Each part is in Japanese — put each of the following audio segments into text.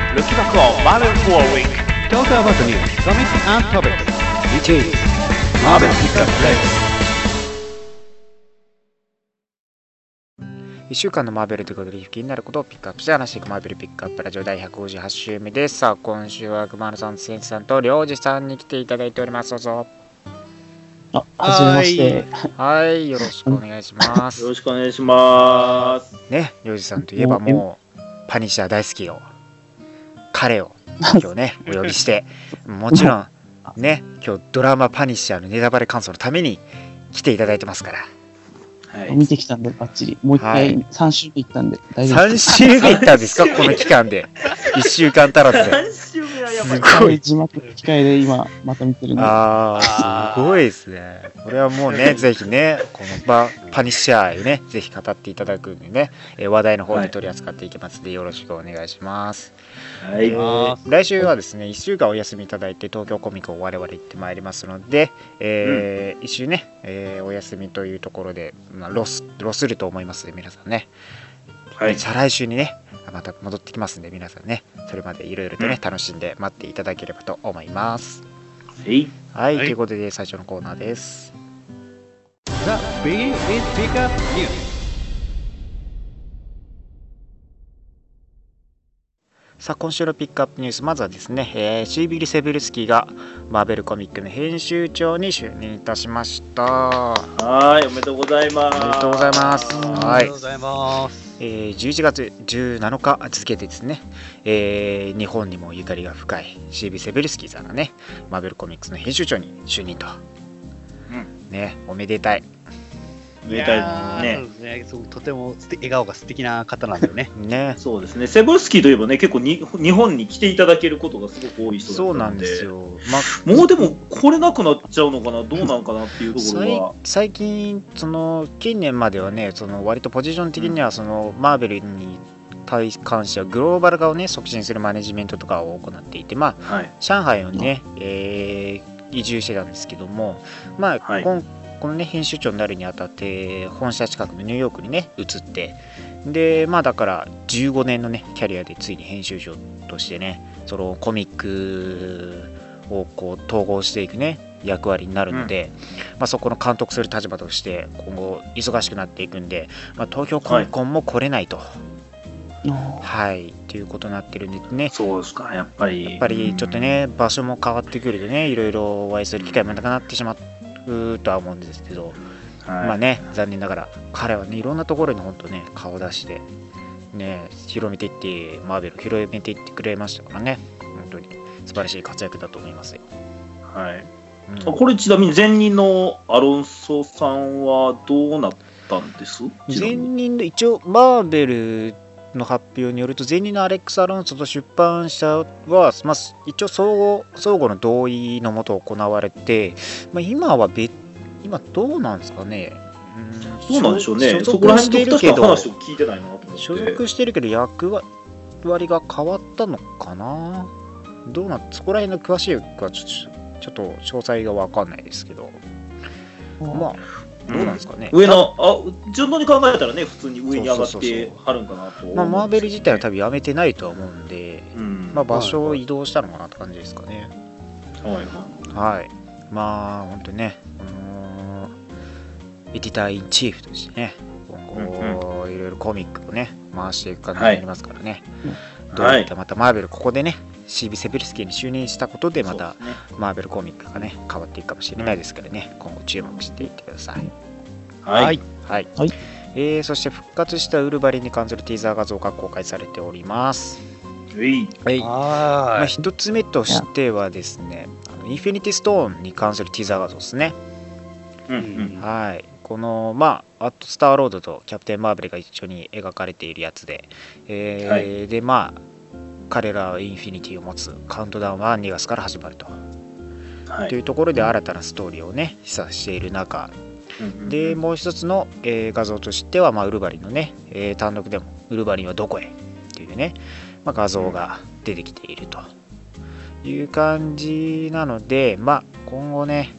Looking back on Marvel for a week. Talk about the news, comics and topics. Which is Marvel Pickup Live. 1週間のマーベルということで気になることをピックアップして話していくマーベルピックアップラジオ第158週目です。さあ今週は熊野さん、センさんとりょうじさんに来ていただいております。どうぞ。 はじめまして。 はい、よろしくお願いします。 よろしくお願いします。 ね、りょうじさんといえばもうパニッシャー大好きよ。彼を今日ねお呼びしてもちろんね今日ドラマパニッシャーのネタバレ感想のために来ていただいてますから。 はい、見てきたんでバッチリもう一回3週目行ったんで大丈夫です。 3週目行ったんですかこの期間で1週間足らずで。 3週目はやばい。 すごい字幕の機会で今また見てるんで。 すごいですね。これはもうねぜひねこのパニッシャーねぜひ語っていただくんでね話題の方で取り扱っていきますのでよろしくお願いします。 はい、 来週はですね1週間お休みいただいて東京コミックを我々行ってまいりますので、1週ね、お休みというところで、ロスると思いますので皆さんね、はい、再来週にねまた戻ってきますんで皆さんねそれまでいろいろとね、楽しんで待っていただければと思います。はい、ということで最初のコーナーです。 The Big is Pickup News。 さあ今週のピックアップニュース、まずはですね、シービル・セブルスキーがマーベルコミックの編集長に就任いたしました。 はい、おめでとうございます。 おめでとうございます。 おめでとうございます。 11月17日付でですね、日本にもゆかりが深いシービル・セブルスキーさんがねマーベルコミックスの編集長に就任と、ね、おめでたい。 めでたいですね。とても笑顔が素敵な方なんだよね。 ね、 そうですね。セブルスキーといえばね、結構日本に来ていただけることがすごく多い人そうなんだったので。 ですよ。 もうでもこれなくなっちゃうのかな、どうなんかなっていうところは。 最近近年まではね、割とポジション的にはマーベルに関してはグローバル化をね促進するマネジメントとかを行っていて、上海をね、移住してたんですけども、このね編集長になるにあたって本社近くのニューヨークにね移って、でだから15年のねキャリアでついに編集長としてねそのコミックをこう統合していくね役割になるので、そこの監督する立場として今後忙しくなっていくんで、東京コミコンも来れないと、っていうことになってるんでね。 そうですか。やっぱりちょっとね場所も変わってくるとねいろいろお会いする機会もなくなってしまうとは思うんですけど、残念ながら彼はねいろんなところに本当ね顔出してね広めていってマーベル広めていってくれましたからね、本当に素晴らしい活躍だと思いますよ。 これちなみに前任のアロンソさんはどうなったんです？ 前任の一応マーベルの発表によると前任のアレックス・アロンソと出版社は、一応相互の同意のもと行われて、今どうなんですかね。 そうなんでしょうね。 所属しているけど話を聞いてないなと思って。 所属しているけど役割が変わったのかな。そこら辺の詳しいはちょっと詳細が分かんないですけど、どうなんですかね。 上の順番に考えたらね普通に上に上がってはるんかなと思うんですけど、 マーベル自体は多分やめてないとは思うんで、場所を移動したのかなって感じですかね。本当にねエディターインチーフとしてね今後いろいろコミックをね回していく感じになりますからね、どういったまたマーベルここでねシービ・セブルスキーに就任したことでまたマーベルコミックがね変わっていくかもしれないですからね、今後注目していってください。そして復活したウルヴァリンに関するティーザー画像が公開されております。一つ目としてはですねインフィニティストーンに関するティーザー画像ですね。このアットスターロードとキャプテンマーベルが一緒に描かれているやつで、彼らはインフィニティを持つカウントダウンは2月から始まると、というところで新たなストーリーをね示唆している中で、もう一つの、画像としては、ウルヴァリンのね、単独でもウルヴァリンはどこへっていうね、画像が出てきているという感じなので、今後ね、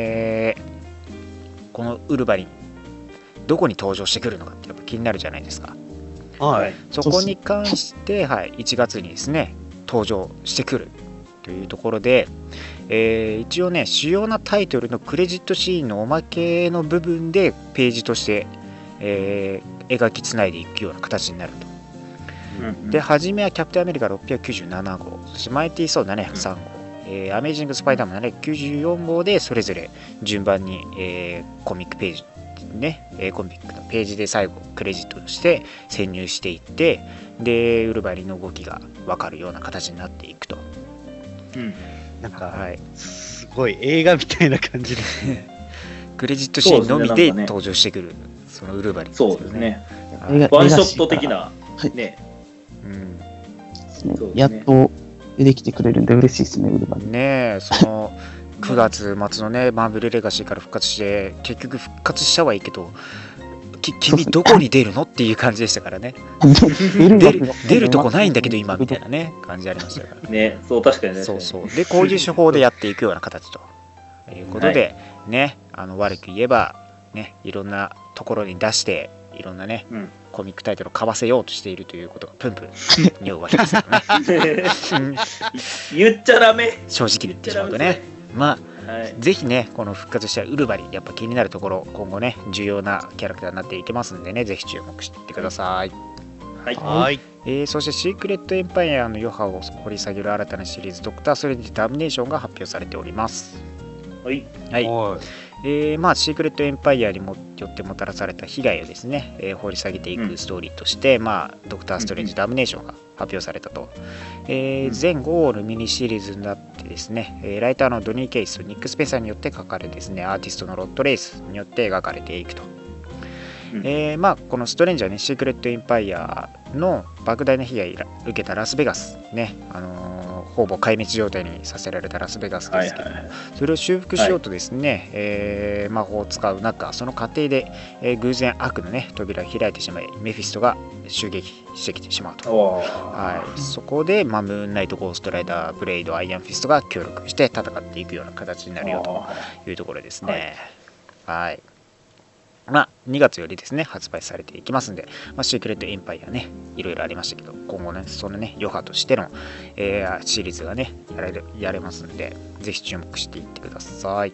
このウルヴァリンどこに登場してくるのかってやっぱ気になるじゃないですか。そこに関して、1月にですね登場してくるというところで、一応ね主要なタイトルのクレジットシーンのおまけの部分でページとして、描きつないでいくような形になると。で初めはキャプテンアメリカ697号、そしてマイティー・ソー703号、アメージング・スパイダーマン794号でそれぞれ順番に、コミックページね、コミックのページで最後クレジットとして潜入していって、でウルヴァリンの動きが分かるような形になっていくと。 なんか、すごい映画みたいな感じですね。 クレジットシーンのみで登場してくる、そのウルヴァリンですよね。 そうですね。 はいワンショット的なね。 やっと出てきてくれるんで嬉しいですね、ウルヴァリン。 ねえ、その9月末のねマーベルレガシーから復活して結局復活したはいいけど、君どこに出るのっていう感じでしたからね。出るとこないんだけど今みたいなね感じありましたからね。そう確かにね。 そうでこういう手法でやっていくような形ということで、ね悪く言えばねいろんなところに出していろんなね、コミックタイトルを買わせようとしているということがプンプン匂うわけですよね。 言っちゃダメ。 正直言ってしまうとね。ぜひねこの復活したウルヴァリンやっぱ気になるところ、今後ね重要なキャラクターになっていきますんでね、ぜひ注目していってください。そしてシークレットエンパイアの余波を掘り下げる新たなシリーズドクター・ストレンジ・ダミネーションが発表されております。シークレットエンパイアによってもたらされた被害をですね、掘り下げていくストーリーとして、ドクター・ストレンジ・ダミネーションが発表されたと。全5号のミニシリーズになってですね、ライターのドニー・ケイスとニック・スペンサーによって書かれですね、アーティストのロッド・レイスによって描かれていくと。このストレンジはね、シークレットエンパイアの莫大な被害を受けたラスベガスね、ほぼ壊滅状態にさせられたラスベガスですけども、それを修復しようとですね、魔法を使う中、その過程で、偶然悪のね扉を開いてしまい、メフィストが襲撃してきてしまうと。そこで、ムーンナイト、ゴーストライダー、ブレイド、アイアンフィストが協力して戦っていくような形になるよというところですね。2月よりですね発売されていきますんで、シークレットエンパイアねいろいろありましたけど、今後ねそのね余波としての、シリーズがねやれますんで、ぜひ注目していってください。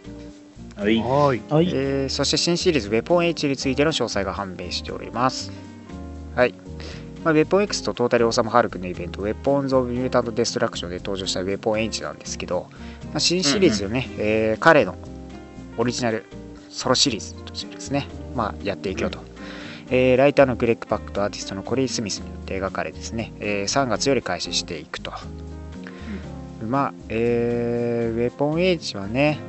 そして新シリーズウェポン H についての詳細が判明しております。ウェポン X とトータルオーサムハルクのイベントウェポンズ・オブ・ミュータント・デストラクションで登場したウェポン H なんですけど、新シリーズをね、彼のオリジナルソロシリーズとしてですね、やっていくよと。ライターのグレッグ・パックとアーティストのコリー・スミスによって描かれですね、3月より開始していくと。ウェポンエイジはね、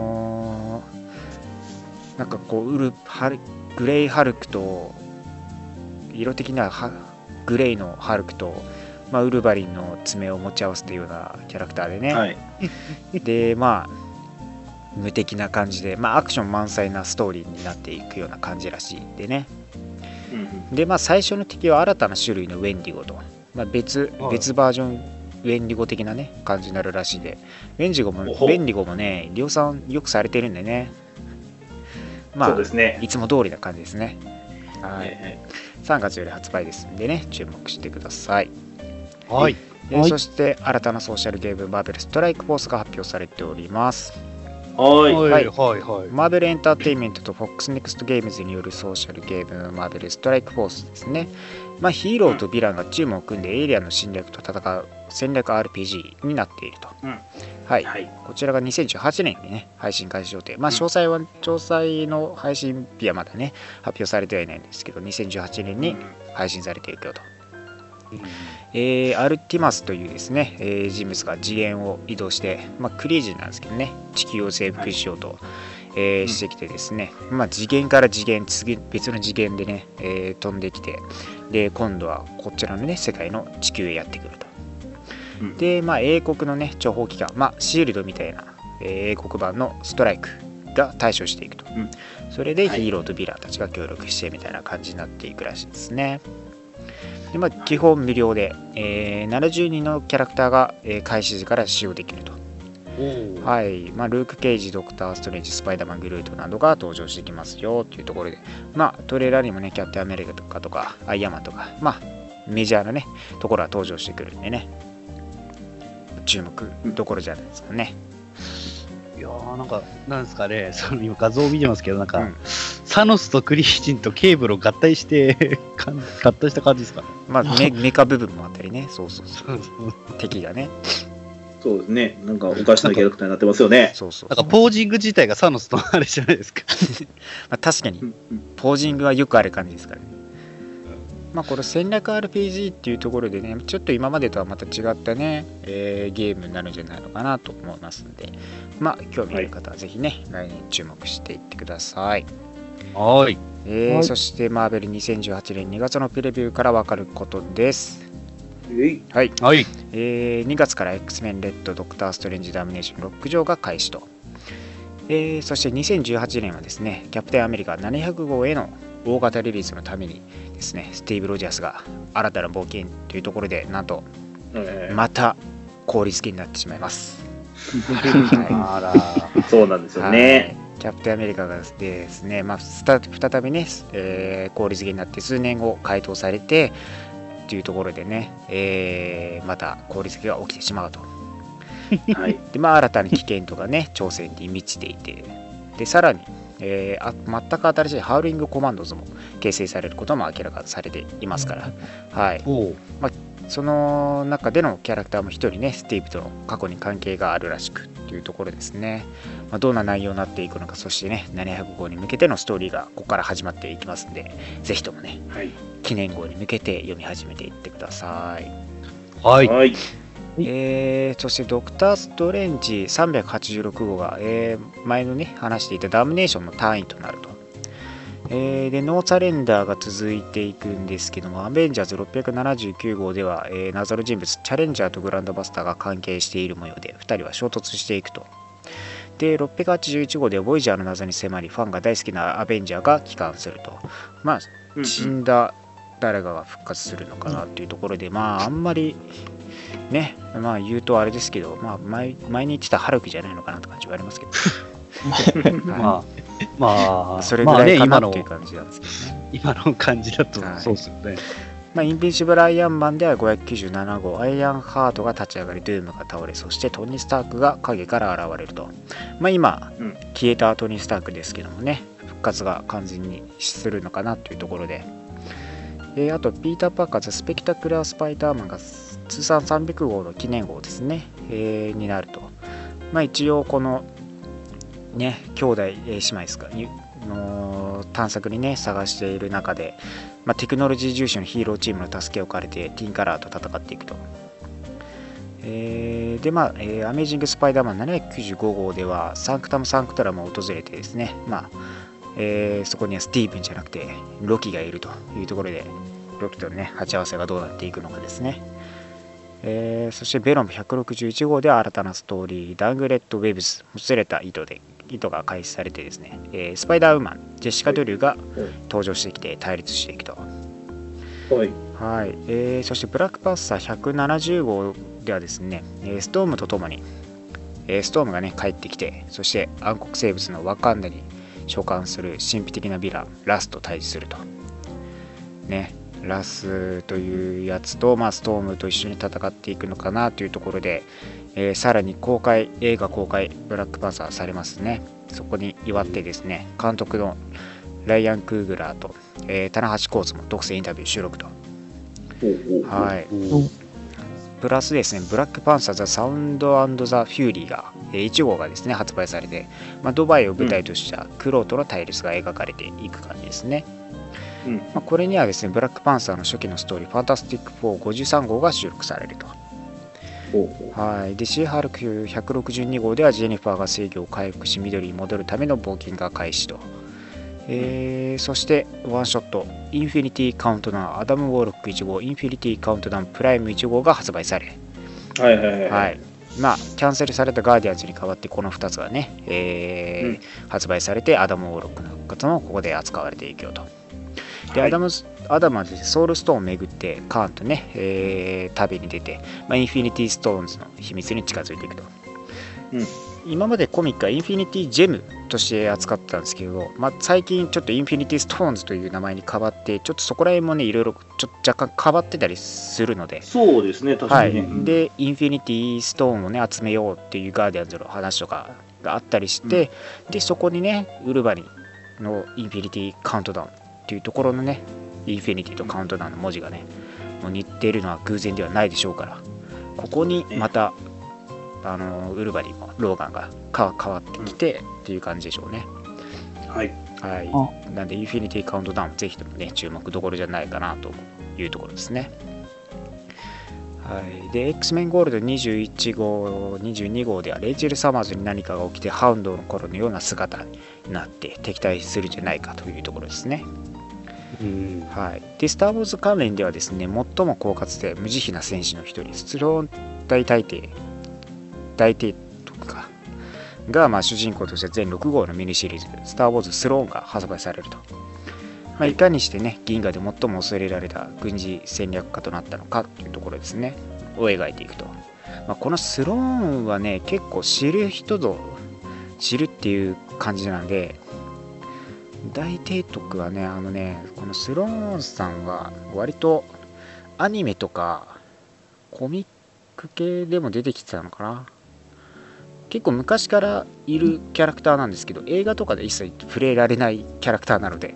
なんかこうグレイ・ハルクと、色的にはグレイのハルクと、ウルヴァリンの爪を持ち合わせたようなキャラクターでね、で無敵な感じで、アクション満載なストーリーになっていくような感じらしいんでね。で最初の敵は新たな種類のウェンディゴと、別バージョンウェンディゴ的なね感じになるらしいで、ウェンディゴもね量産よくされてるんでね、 そうですね、 いつも通りな感じですね。3月より発売ですんでね、注目してください。そして新たなソーシャルゲームマーベルストライクフォースが発表されております。マーベルエンターテインメントと FOX ネクストゲームズによるソーシャルゲームマーベルストライクフォースですね。ヒーローとヴィランがチームを組んでエイリアンの侵略と戦う戦略 RPG になっていると。こちらが2018年にね配信開始予定。詳細の配信日はまだね発表されてはいないんですけど、2018年に配信されていくよと。アルティマスというですね、人物が次元を移動して、クリージーなんですけどね、地球を征服しようと、してきてですね、次元から次元、別の次元でね、飛んできて、で今度はこちらのね世界の地球へやってくると。で英国のね諜報機関、シールドみたいな、英国版のストライクが対処していくと。それでヒーローとヴィランたちが協力してみたいな感じになっていくらしいですね。で基本無料で、70人のキャラクターが、開始時から使用できると。ルーク・ケイジ、ドクター・ストレンジ、スパイダーマン、グルートなどが登場してきますよというところで、トレーラーにもねキャプテンアメリカとかアイアンマンとか、メジャーなねところは登場してくるんでね、 注目どころじゃないですかね。 いやーなんですかね、今画像を見てますけど、サノスとクリスチンとケーブルを合体して合体した感じですかね。 まあメカ部分もあったりね、そう敵がね。 そうですね、なんかおかしなキャラクターになってますよね。 そうそう。 なんかポージング自体がサノスのあれじゃないですか。 まあ確かにポージングはよくある感じですからね。まあこれ戦略 RPG っていうところでね、ちょっと今までとはまた違ったね、ゲームになるんじゃないのかなと思いますんで、まあ興味ある方はぜひね、来年注目していってください。 はい。 そしてマーベル2018年2月のプレビューから分かることです。はい。2月から X-Men レッド、ドクター・ストレンジ・ダミネーション6条が開始と。そして2018年はですね、キャプテンアメリカ700号への大型リリースのためにですね、スティーブ・ロジャースが新たな冒険というところで、なんと、また氷付きになってしまいます。 そうなんですよね。 キャプテンアメリカがですね、再びね、氷付きになって数年後解凍されてというところでね、また氷付きが起きてしまうと。で新たな危険とかね、挑戦に満ちていて、でさらに全く新しいハウリングコマンドズも形成されることも明らかにされていますから、その中でのキャラクターも一人ね、スティーブとの過去に関係があるらしくというところですね。どんな内容になっていくのか、そしてね、700号に向けてのストーリーがここから始まっていきますんで、ぜひともね、記念号に向けて読み始めていってください。そしてドクター・ストレンジ386号が、前のね話していたダムネーションの単位となると。でノーサレンダーが続いていくんですけども、アベンジャーズ679号では、謎の人物チャレンジャーとグランドバスターが関係している模様で2人は衝突していくと。で681号ではボイジャーの謎に迫り、ファンが大好きなアベンジャーが帰還すると。死んだ誰かが復活するのかなというところで、あんまりね、言うとあれですけど、前に言ってたハルクじゃないのかなって感じはありますけどそれぐらいかなっていう感じなんですけどね、 今の感じだとそうですよね。 インビンシブルアイアンマンでは597号アイアンハートが立ち上がり、ドゥームが倒れ、そしてトニー・スタークが影から現れると。今、消えたトニー・スタークですけどもね、復活が完全にするのかなというところで、あとピーター・パーカーズスペキタクラー・スパイダーマンが通算300号の記念号ですね、になると。一応このね、兄弟、姉妹ですかの探索にね探している中で、テクノロジー重視のヒーローチームの助けを借りてティンカラーと戦っていくと。でアメージングスパイダーマン795号ではサンクタム・サンクトラムを訪れてですね、そこにはスティーブンじゃなくてロキがいるというところで、ロキとね鉢合わせがどうなっていくのかですね。そしてベノム161号では新たなストーリー、ダングレッド・ウェブズ、もつれた糸が開始されてですね、スパイダーウーマン、ジェシカ・ドリューが登場してきて対立していくと。そしてブラックパンサー170号ではですね、ストームとともに、ストームがね帰ってきて、そして暗黒生物のワカンダに召喚する神秘的なヴィランラスと対峙するとね。ラスというやつと、ストームと一緒に戦っていくのかなというところで、さらに映画公開ブラックパンサーされますね。そこに祝ってですね、監督のライアン・クーグラーと、棚橋コーツも独占インタビュー収録と。プラスですね、ブラックパンサーザ・サウンド&ザ・フューリーが1号がですね発売されて、ドバイを舞台としたクローとの対立が描かれていく感じですね。これにはですね、ブラックパンサーの初期のストーリー、ファンタスティック453号が収録されると。で、シーハルク162号ではジェニファーが制御を回復し、緑に戻るための冒険が開始と。そしてワンショット、インフィニティカウントダウン、アダム・ウォーロック1号、インフィニティカウントダウンプライム1号が発売され、キャンセルされたガーディアンズに代わってこの2つがね、発売されて、アダム・ウォーロックの復活もここで扱われていくよと。でアダムはですね、ソウルストーンを巡ってカーンとね、旅に出て、インフィニティストーンズの秘密に近づいていくと。今までコミックはインフィニティジェムとして扱ってたんですけど、最近ちょっとインフィニティストーンズという名前に変わって、ちょっとそこら辺もね、いろいろちょっと若干変わってたりするので、 そうですね、確かにね。 で、インフィニティストーンをね、集めようっていうガーディアンズの話とかがあったりして、で、そこにね、ウルバリンのインフィニティカウントダウンっていうところのね、インフィニティとカウントダウンの文字がね、もう似ているのは偶然ではないでしょうから、ここにまた、ウルバリンもローガンが変わってきてっていう感じでしょうね。はい。なんで、インフィニティカウントダウン、ぜひともね、注目どころじゃないかなというところですね。はい。で、X-Men ゴールド21号、22号では、レイチェル・サマーズに何かが起きて、ハウンドの頃のような姿になって敵対するんじゃないかというところですね。はい。で、スター・ウォーズ関連ではですね、最も狡猾で無慈悲な戦士の一人、ストローン大帝とかが、主人公として全6号のミニシリーズ、スター・ウォーズ・スローンが発売されると。いかにしてね、銀河で最も恐れられた軍事戦略家となったのかというところですね、を描いていくと。このスローンはね、結構知る人ぞ知るっていう感じなんで、大帝徳はね、このスローンさんは割とアニメとかコミック系でも出てきてたのかな。結構昔からいるキャラクターなんですけど、映画とかで一切触れられないキャラクターなので、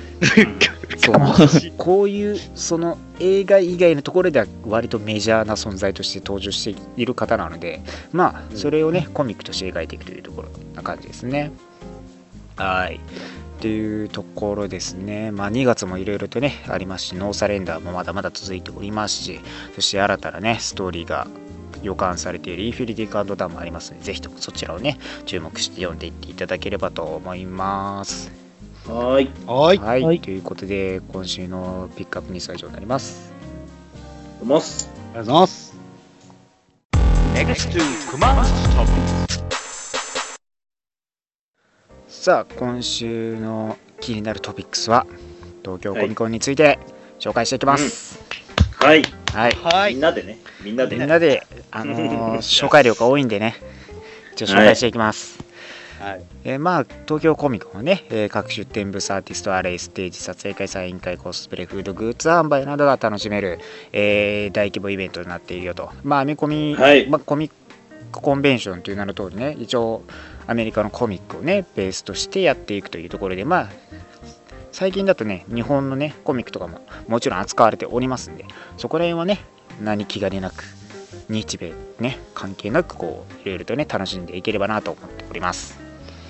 こういうその映画以外のところでは割とメジャーな存在として登場している方なので、それをね、コミックとして描いていくというところな感じですね。はい。というところですね。2月もいろいろとね、ありますし、ノーサレンダーもまだまだ続いておりますし、そして新たなね、ストーリーが予感されているインフィニティカウントダウンもありますので、ぜひともそちらをね、注目して読んでいっていただければと思います。 はい。 ということで、今週のピックアップニュースは以上になります。 ありがとうございます。 Next to Command Topics。 さあ、今週の気になるトピックスは、東京コミコンについて紹介していきます。 はい。 はい。 みんなで、 紹介量が多いんでね、一応紹介していきます。東京コミコンはね、各出店ブース、アーティストアレイ、ステージ、撮影会、サイン会、コスプレ、フード、グッズ販売などが楽しめる、大規模イベントになっているよと。アメコミ、コミックコンベンションという名の通りね、一応アメリカのコミックをね、ベースとしてやっていくというところで、最近だとね、日本のね、コミックとかももちろん扱われておりますんで、そこら辺はね、何気兼ねなく、日米ね、関係なく、いろいろとね、楽しんでいければなと思っております。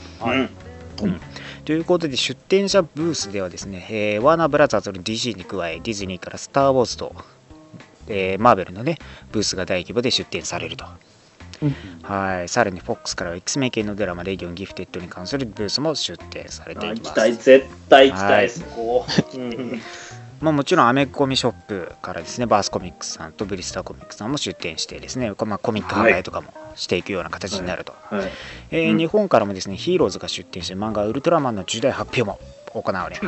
ということで、出展者ブースではですね、ワーナーブラザーズの DC に加え、ディズニーからスター・ウォーズと、マーベルのね、ブースが大規模で出展されると。さらに FOX からは X-Men 系のドラマレギオンギフテッドに関するブースも出展されています。 絶対行きたいです。 もちろんアメコミショップからですね、バースコミックスさんとブリスターコミックスさんも出展してですね、コミック販売とかもしていくような形になると。日本からもですね、ヒーローズが出展して漫画ウルトラマンの重大発表も行われます。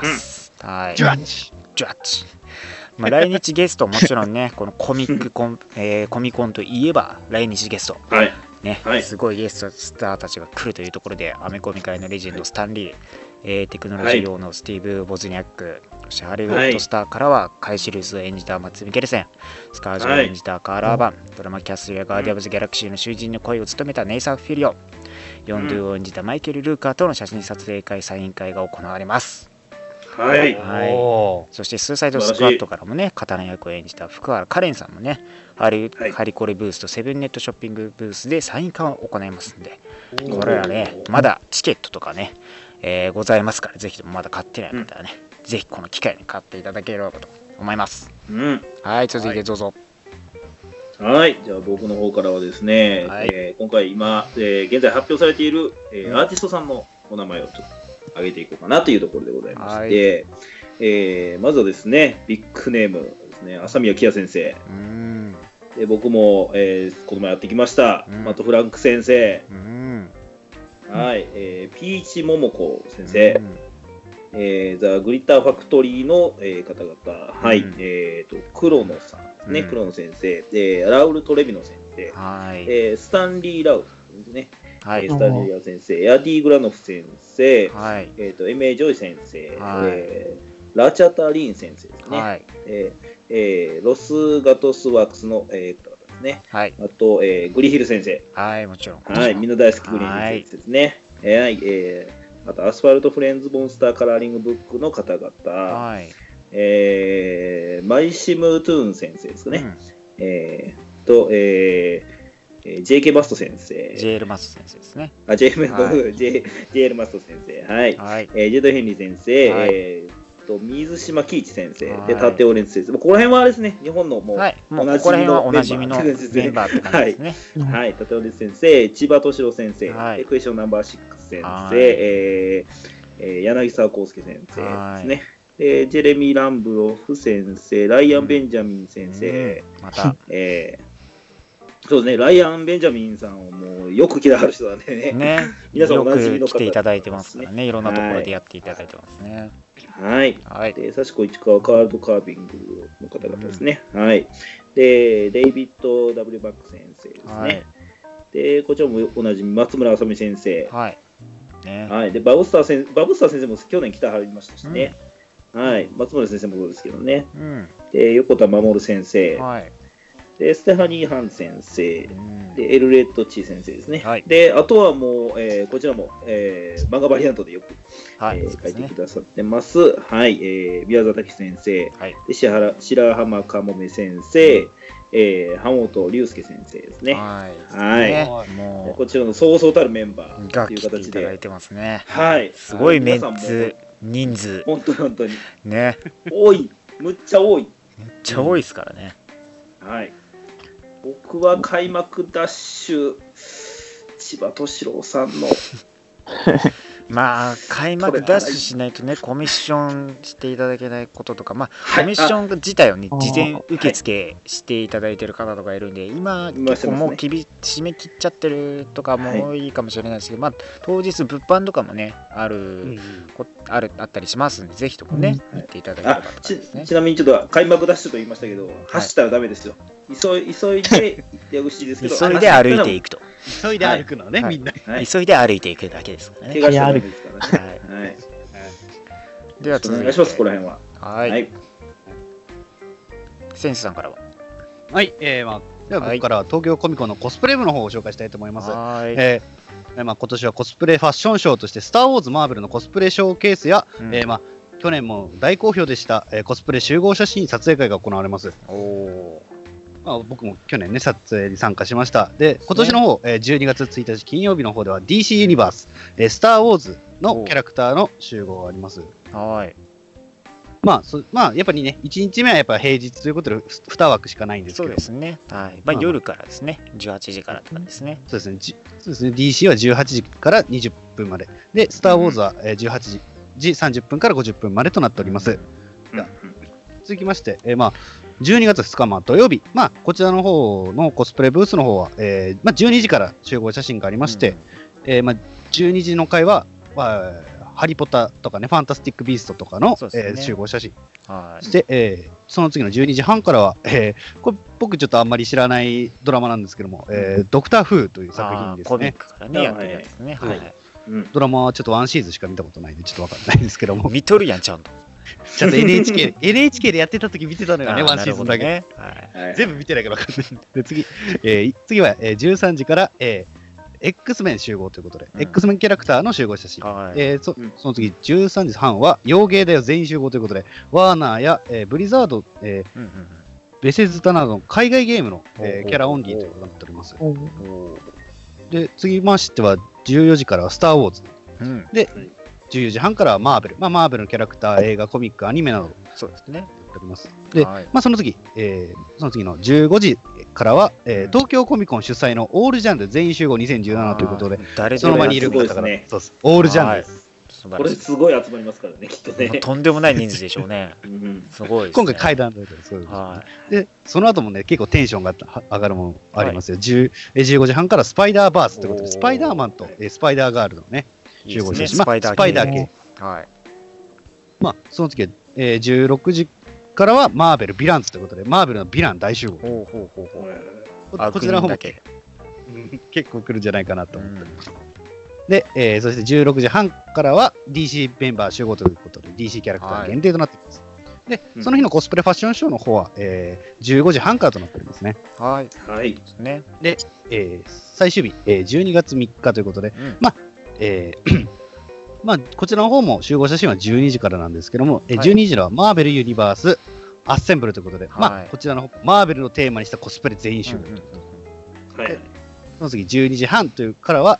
ジャッジ。来日ゲストもちろんね、このコミコンといえば来日ゲスト、すごいゲストスターたちが来るというところで、アメコミ界のレジェンドスタンリー、テクノロジー王のスティーブ・ボズニャック、そしてハリウッドスターからはカイシルスを演じたマッツ・ミケルセン、スカージを演じたカーラーバン、ドラマキャストやガーディアンズ・ギャラクシーの囚人の声を務めたネイサン・フィリオ、ヨンドゥを演じたマイケル・ルーカーとの写真撮影会、サイン会が行われます。そしてスーサイドスクワットからもね、刀役を演じた福原カレンさんもね、ハリコレブースとセブンネットショッピングブースでサイン会を行いますんで、これはね、まだチケットとかね、ございますから、ぜひともまだ買ってない方はね、ぜひこの機会に買っていただければと思います。続いてどうぞ。 じゃあ僕の方からはですね、今回現在発表されている、アーティストさんのお名前をちょっと上げていこうかなというところでございまして、まずはですね、ビッグネームですね、朝宮希也先生。で僕も、この前やってきました、マット・フランク先生。ピーチ・モモコ先生。ザ・グリッター・ファクトリーの、方々。黒野さんですね、黒野先生。ラウル・トレビノ先生。スタンリー・ラウですね。 はい。 スタジア先生、エアディ・グラノフ先生、 はい。 M.A. ジョイ先生、 はいラチャタリン先生ですね。 はい。 ロス・ガトスワークスの、方ですね。 はい。 あと、グリヒル先生。 はい、もちろん。 はい、みんな大好きグリヒル先生ですね。はい。あと、アスファルト・フレンズ・モンスター・カラーリング・ブックの方々。 はい。 マイシム・トゥーン先生ですかね。JK バスト先生。 JL マスト先生ですね。 JL マスト先生。はい。 はい。 ジェド・ヘンリー先生。水島喜一先生。で、タテオレンツ先生。ここら辺はあれですね、日本のもう、 はい。もうここら辺はおなじみのメンバーって感じですね。 はい。タテオレンツ先生、千葉敏郎先生。クエスチョンナンバー6先生。柳沢康介先生ですね。ジェレミー・ランブロフ先生、ライアン・ベンジャミン先生。 また。 そうですね、ライアン・ベンジャミンさんをもうよく来てはる人なんでね。 皆さんおなじみの方、よく来ていただいてますからね。いろんなところでやっていただいてますね。 はい。で、サシコ市川カールドカービングの方々ですね。はい。で、デイビッド・ W ・バック先生ですね。で、こちらもおなじみ、松村あさみ先生。はい。はい。で、バブスター先生も去年来てはりましたしね。はい。松村先生もそうですけどね。で、横田守先生。はい。で、ステファニー・ハン先生、で、エルレッド・チー先生ですね。はい、で、あとはもう、こちらも、漫画バリアントでよく、書いてくださってます。はい、宮沢滝先生、はい、で白浜かもめ先生、浜本龍介先生ですね。はい。もうこちらのそうそうたるメンバーという形で。いただいてますね。はい。すごいメンツ、人数。本当に。ね。多い。むっちゃ多い。めっちゃ多いですからね。はい。僕は開幕ダッシュ、千葉敏郎さんのまあ開幕ダッシュしないとね、コミッションしていただけないこととか、まあコミッション自体をね、事前受付していただいてる方とかいるんで、今結構もう締め切っちゃってるとかも多いかもしれないですけど、まあ当日物販とかもねあったりしますんで、ぜひともね行っていただければとですね。 ちなみにちょっと開幕ダッシュと言いましたけど、走ったらダメですよ。急いで行ってほしいですけど、 急いで歩いていくと。 急いで歩くのね、みんな。 急いで歩いていくだけですからね。 怪我したらダメですからね。はい。 では続いてお願いします、ここら辺は。 はい。センスさんからは。 はい、では僕からは東京コミコンのコスプレ部の方を紹介したいと思います。今年はコスプレファッションショーとして、スター・ウォーズ・マーベルのコスプレショーケースや、去年も大好評でした、コスプレ集合写真撮影会が行われます。僕も去年ね、撮影に参加しました。で、今年の方、12月1日金曜日の方では DC ユニバース、スター・ウォーズのキャラクターの集合があります。はい。まあ、やっぱりね、1日目はやっぱ平日ということで2枠しかないんですけど。 そうですね。はい。まあ、夜からですね。18時からとかですね。 そうですね。DC は18時から20分まで。で、スター・ウォーズは18時30分から50分までとなっております。続きまして、12月2日土曜日、こちらの方のコスプレブースの方は、12時から集合写真がありまして、12時の回は、ハリポタとかね、ファンタスティック・ビーストとかの、集合写真。そして、その次の12時半からは、これ僕ちょっとあんまり知らないドラマなんですけども、ドクター・フーという作品ですね。 コミックからね、やってるやつですね。 ドラマはちょっとワンシーズンしか見たことないんで、ちょっとわかんないんですけども。 見とるやん、ちゃんと。 ちょっと NHK でやってた時見てたのよね、ワンシーズンだけ。全部見てないから分かんない。で、次は13時から、X メン集合ということで、X メンキャラクターの集合写真。その次、13時半は、洋芸だよ全員集合ということで、ワーナーや、ブリザード、ベセズタなどの海外ゲームの、キャラオンリーということになっております。で、次ましては、14時からはスター・ウォーズ。で、14時半からはマーベル。マーベルのキャラクター、映画、コミック、アニメなど。 そうですね。 あります。で、その次の15時からは、東京コミコン主催のオールジャンル全員集合2017ということで、その場にいる方から、そうです。オールジャンルです。 これすごい集まりますからね、きっとね。 とんでもない人数でしょうね。すごい。 今回階段で、で、その後もね、結構テンションが上がるものありますよ。15時半からスパイダーバースということで、スパイダーマンとスパイダーガールのね、集合写真。スパイダー系。その次は、16時からはマーベルヴィランズということで、マーベルのヴィラン大集合。こちらの方も結構来るんじゃないかなと思ってます。で、そして16時半からは DC メンバー集合ということで DC キャラクター限定となっています。で、その日のコスプレファッションショーの方は、15時半からとなっておりますね。 はい。 はい。 ね。 で、最終日、12月3日ということで、まあ、こちらの方も集合写真は12時からなんですけども、12時のはマーベルユニバースアッセンブルということで、まあ、こちらのマーベルのテーマにしたコスプレ全員集合ということで、その次12時半というからは、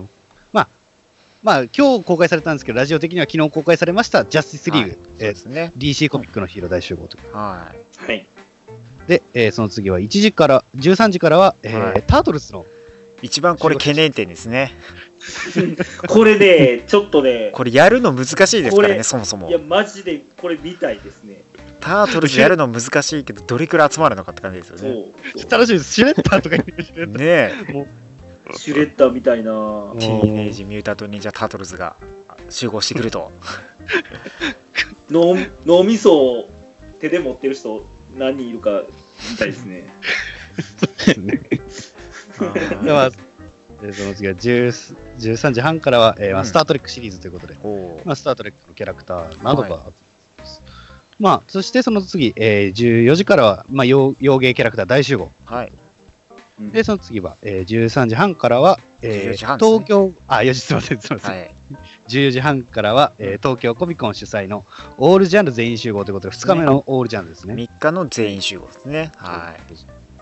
今日公開されたんですけど、ラジオ的には昨日公開されましたジャスティスリーグ、DC コミックのヒーロー大集合ということで。はい。で、その次は1時から、13時からは、タートルズの。 一番これ懸念点ですね。 これね、ちょっとね。 これやるの難しいですからね、そもそも。 いや、マジでこれ見たいですね。 タートルズやるの難しいけど、どれくらい集まるのかって感じですよね。 楽しみです。シュレッダーとか言ってねシュレッダーみたいな。 ティーネージ・ミュータント・ニンジャ・タートルズが集合してくると。 脳みそを手で持ってる人何人いるかみたいですね。 そうですね。その次は13時半からは、スタートレックシリーズということで、スタートレックのキャラクターなどが、そしてその次、14時からは、洋芸キャラクター大集合。で、その次は、13時半からは、東京、4時すみません。14時半からは、東京コミコン主催のオールジャンル全員集合ということで、2日目のオールジャンルですね。 3日の全員集合ですね。はい。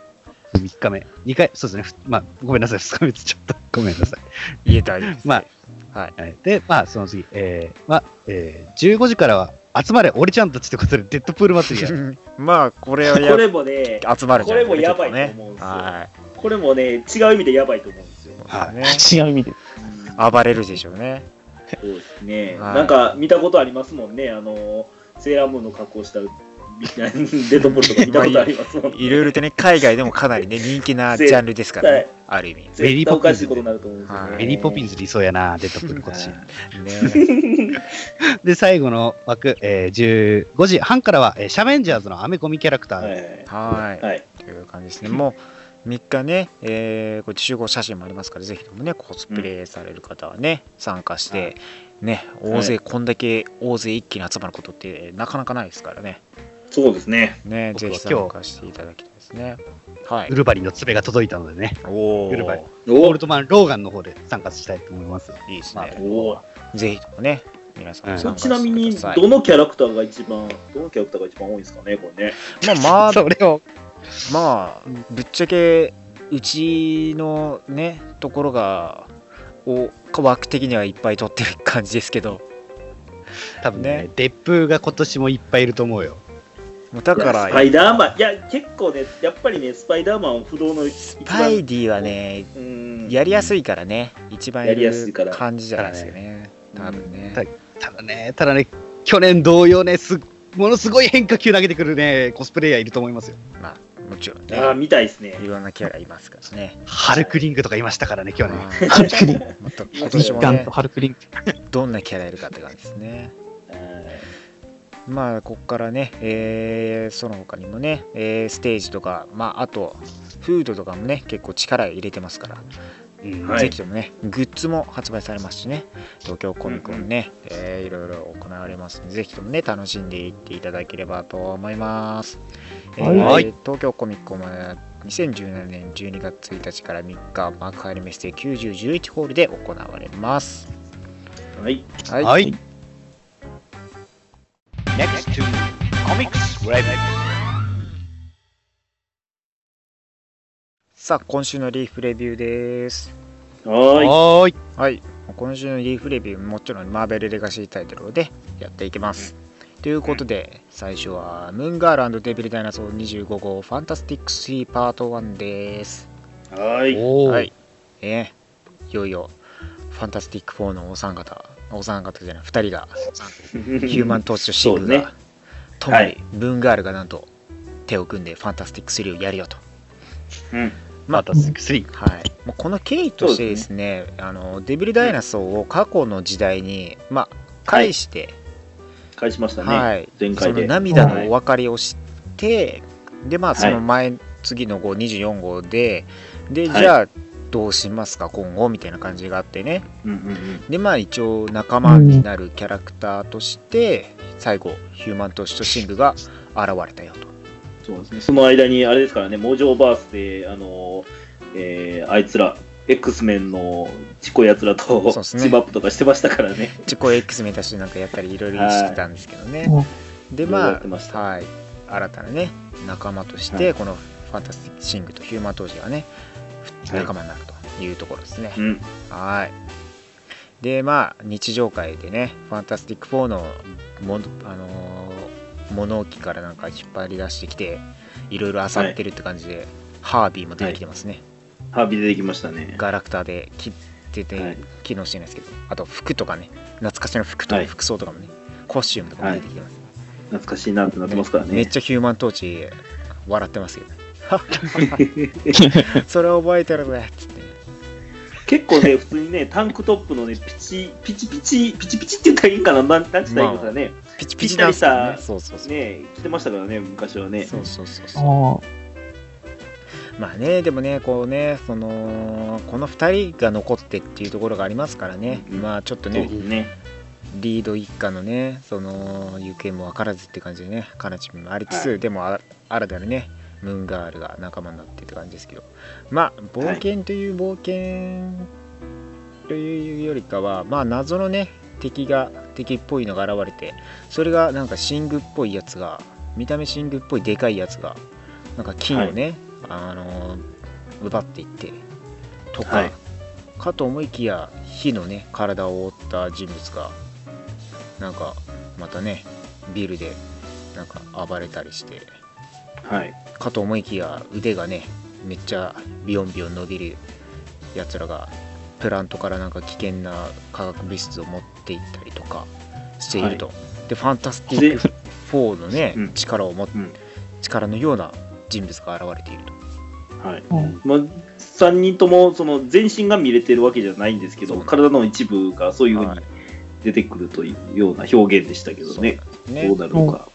3日目。2回、そうですね。ごめんなさい。2日目つっちゃった。ごめんなさい。 言えたいです。 で、その次、15時からは、集まれ、俺ちゃんたちということで、デッドプール祭りや。 これはこれもね、 集まるこれもやばいと思うんですよ。これもね、違う意味でやばいと思うんですよ。違う意味で。 暴れるでしょうね。 そうですね。なんか見たことありますもんね。セーラームーンの格好したデッドプールとか見たことありますもんね。 いろいろとね、海外でもかなりね、人気なジャンルですからね。ある意味。 絶対おかしいことになると思うんですよね。 メリーポピンズ理想やな、デッドプール今年。で、最後の枠、15時半からは、シャベンジャーズのアメコミキャラクター。 はい。という感じですね。もう3日ね、こっち集合写真もありますから、ぜひともね、コスプレされる方はね、参加して、ね、大勢、こんだけ大勢一気に集まることってなかなかないですからね。 そうですね。 ね、ぜひ参加していただきたいですね。 ウルバリンの爪が届いたのでね。ウルバリン。オールトマン・ローガンの方で参加したいと思います。 いいですね。ぜひともね、皆さん参加してください。 ちなみに、どのキャラクターが一番多いんですかね、これね。 それを。 ぶっちゃけ、うちのね、ところが、枠的にはいっぱい取ってる感じですけど。 多分ね、デップが今年もいっぱいいると思うよ。 だからスパイダーマン、いや結構ね、やっぱりね、スパイダーマン不動のスパイディはね、やりやすいからね、一番やりやすい感じじゃないですよね。多分ね。 ただね、去年同様ね、ものすごい変化球投げてくるね、コスプレイヤーいると思いますよ。 もちろんね。 見たいですね。 いろんなキャラいますからね。 ハルクリングとかいましたからね、去年。 ハルクリング。 今年もね、 ハルクリング。 どんなキャラいるかって感じですね。ここからね、その他にもね、ステージとか、あと、フードとかもね、結構力入れてますから、ぜひともね、グッズも発売されますしね、東京コミコンね、いろいろ行われますので、ぜひともね、楽しんでいっていただければと思います。東京コミコンは2017年12月1日から3日、幕張メッセ9011ホールで行われます。 はい。 Next to Comics Review。 さあ、今週のリーフレビューです。 はい。 今週のリーフレビューもちろんマーベルレガシータイトルでやっていきます。ということで、最初はムーンガール&デビルダイナソー25号ファンタスティック3パート1です。いよいよファンタスティック4のお三方じゃない、2人がヒューマントーチとシングがともにムーンガールがなんと手を組んでファンタスティック3をやるよと。 ファンタスティック3。 もうこの経緯としてですね、デビルダイナソーを過去の時代に返しましたね。前回でその涙のお別れをして、でその次の号24号でじゃあどうしますか今後みたいな感じがあってね、でまあ一応仲間になるキャラクターとして最後ヒューマントーチとシングが現れたよと。 そうですね、その間にあれですからね、モジョーバースであいつら X メンのちっこいやつらとチマップとかしてましたからね。 ちっこい X メンたちなんかやったりいろいろしてたんですけどね、でまあ、はい、新たなね仲間としてこのファンタスティックシングとヒューマントーチがね仲間になるというところですね。はい。でまあ日常会でねファンタスティック4の物置からなんか引っ張り出してきていろいろ漁ってるって感じで、ハービーも出てきてますね。 ハービー出てきましたね。 ガラクターで切ってて、機能してないですけど、あと服とかね、懐かしの服とか服装とかもね、コスチュームとかも出てきてます。 懐かしいなってなってますからね。 めっちゃヒューマントーチ笑ってますけどね。それ覚えてるぜっつって。 結構ね、普通にね、タンクトップのね、ピチピチって言ったらいいんかな、なんて言ったらいいんかね、 ピチピチした、 ね、着てましたからね、昔はね。 そう。まあね、でもね、こうね、この2人が残ってっていうところがありますからね、まあちょっとね、リード一家のね、その行方も分からずって感じでね、悲しみもありつつ、でも新たにね、ムーンガールが仲間になってって感じですけど、まあ冒険という冒険というよりかは、まあ謎のね敵っぽいのが現れて、それがなんかシングっぽいやつが、見た目シングっぽいでかいやつがなんか金をね、奪っていってとか、かと思いきや火のね体を覆った人物がなんかまたねビルでなんか暴れたりして、かと思いきや腕がねめっちゃビヨンビヨン伸びるやつらがプラントからなんか危険な化学物質を持っていったりとかしていると、でファンタスティック4のね、力のような人物が現れていると。 まあ、3人ともその全身が見れてるわけじゃないんですけど、体の一部がそういうふうに出てくるというような表現でしたけどね、どうなるのか。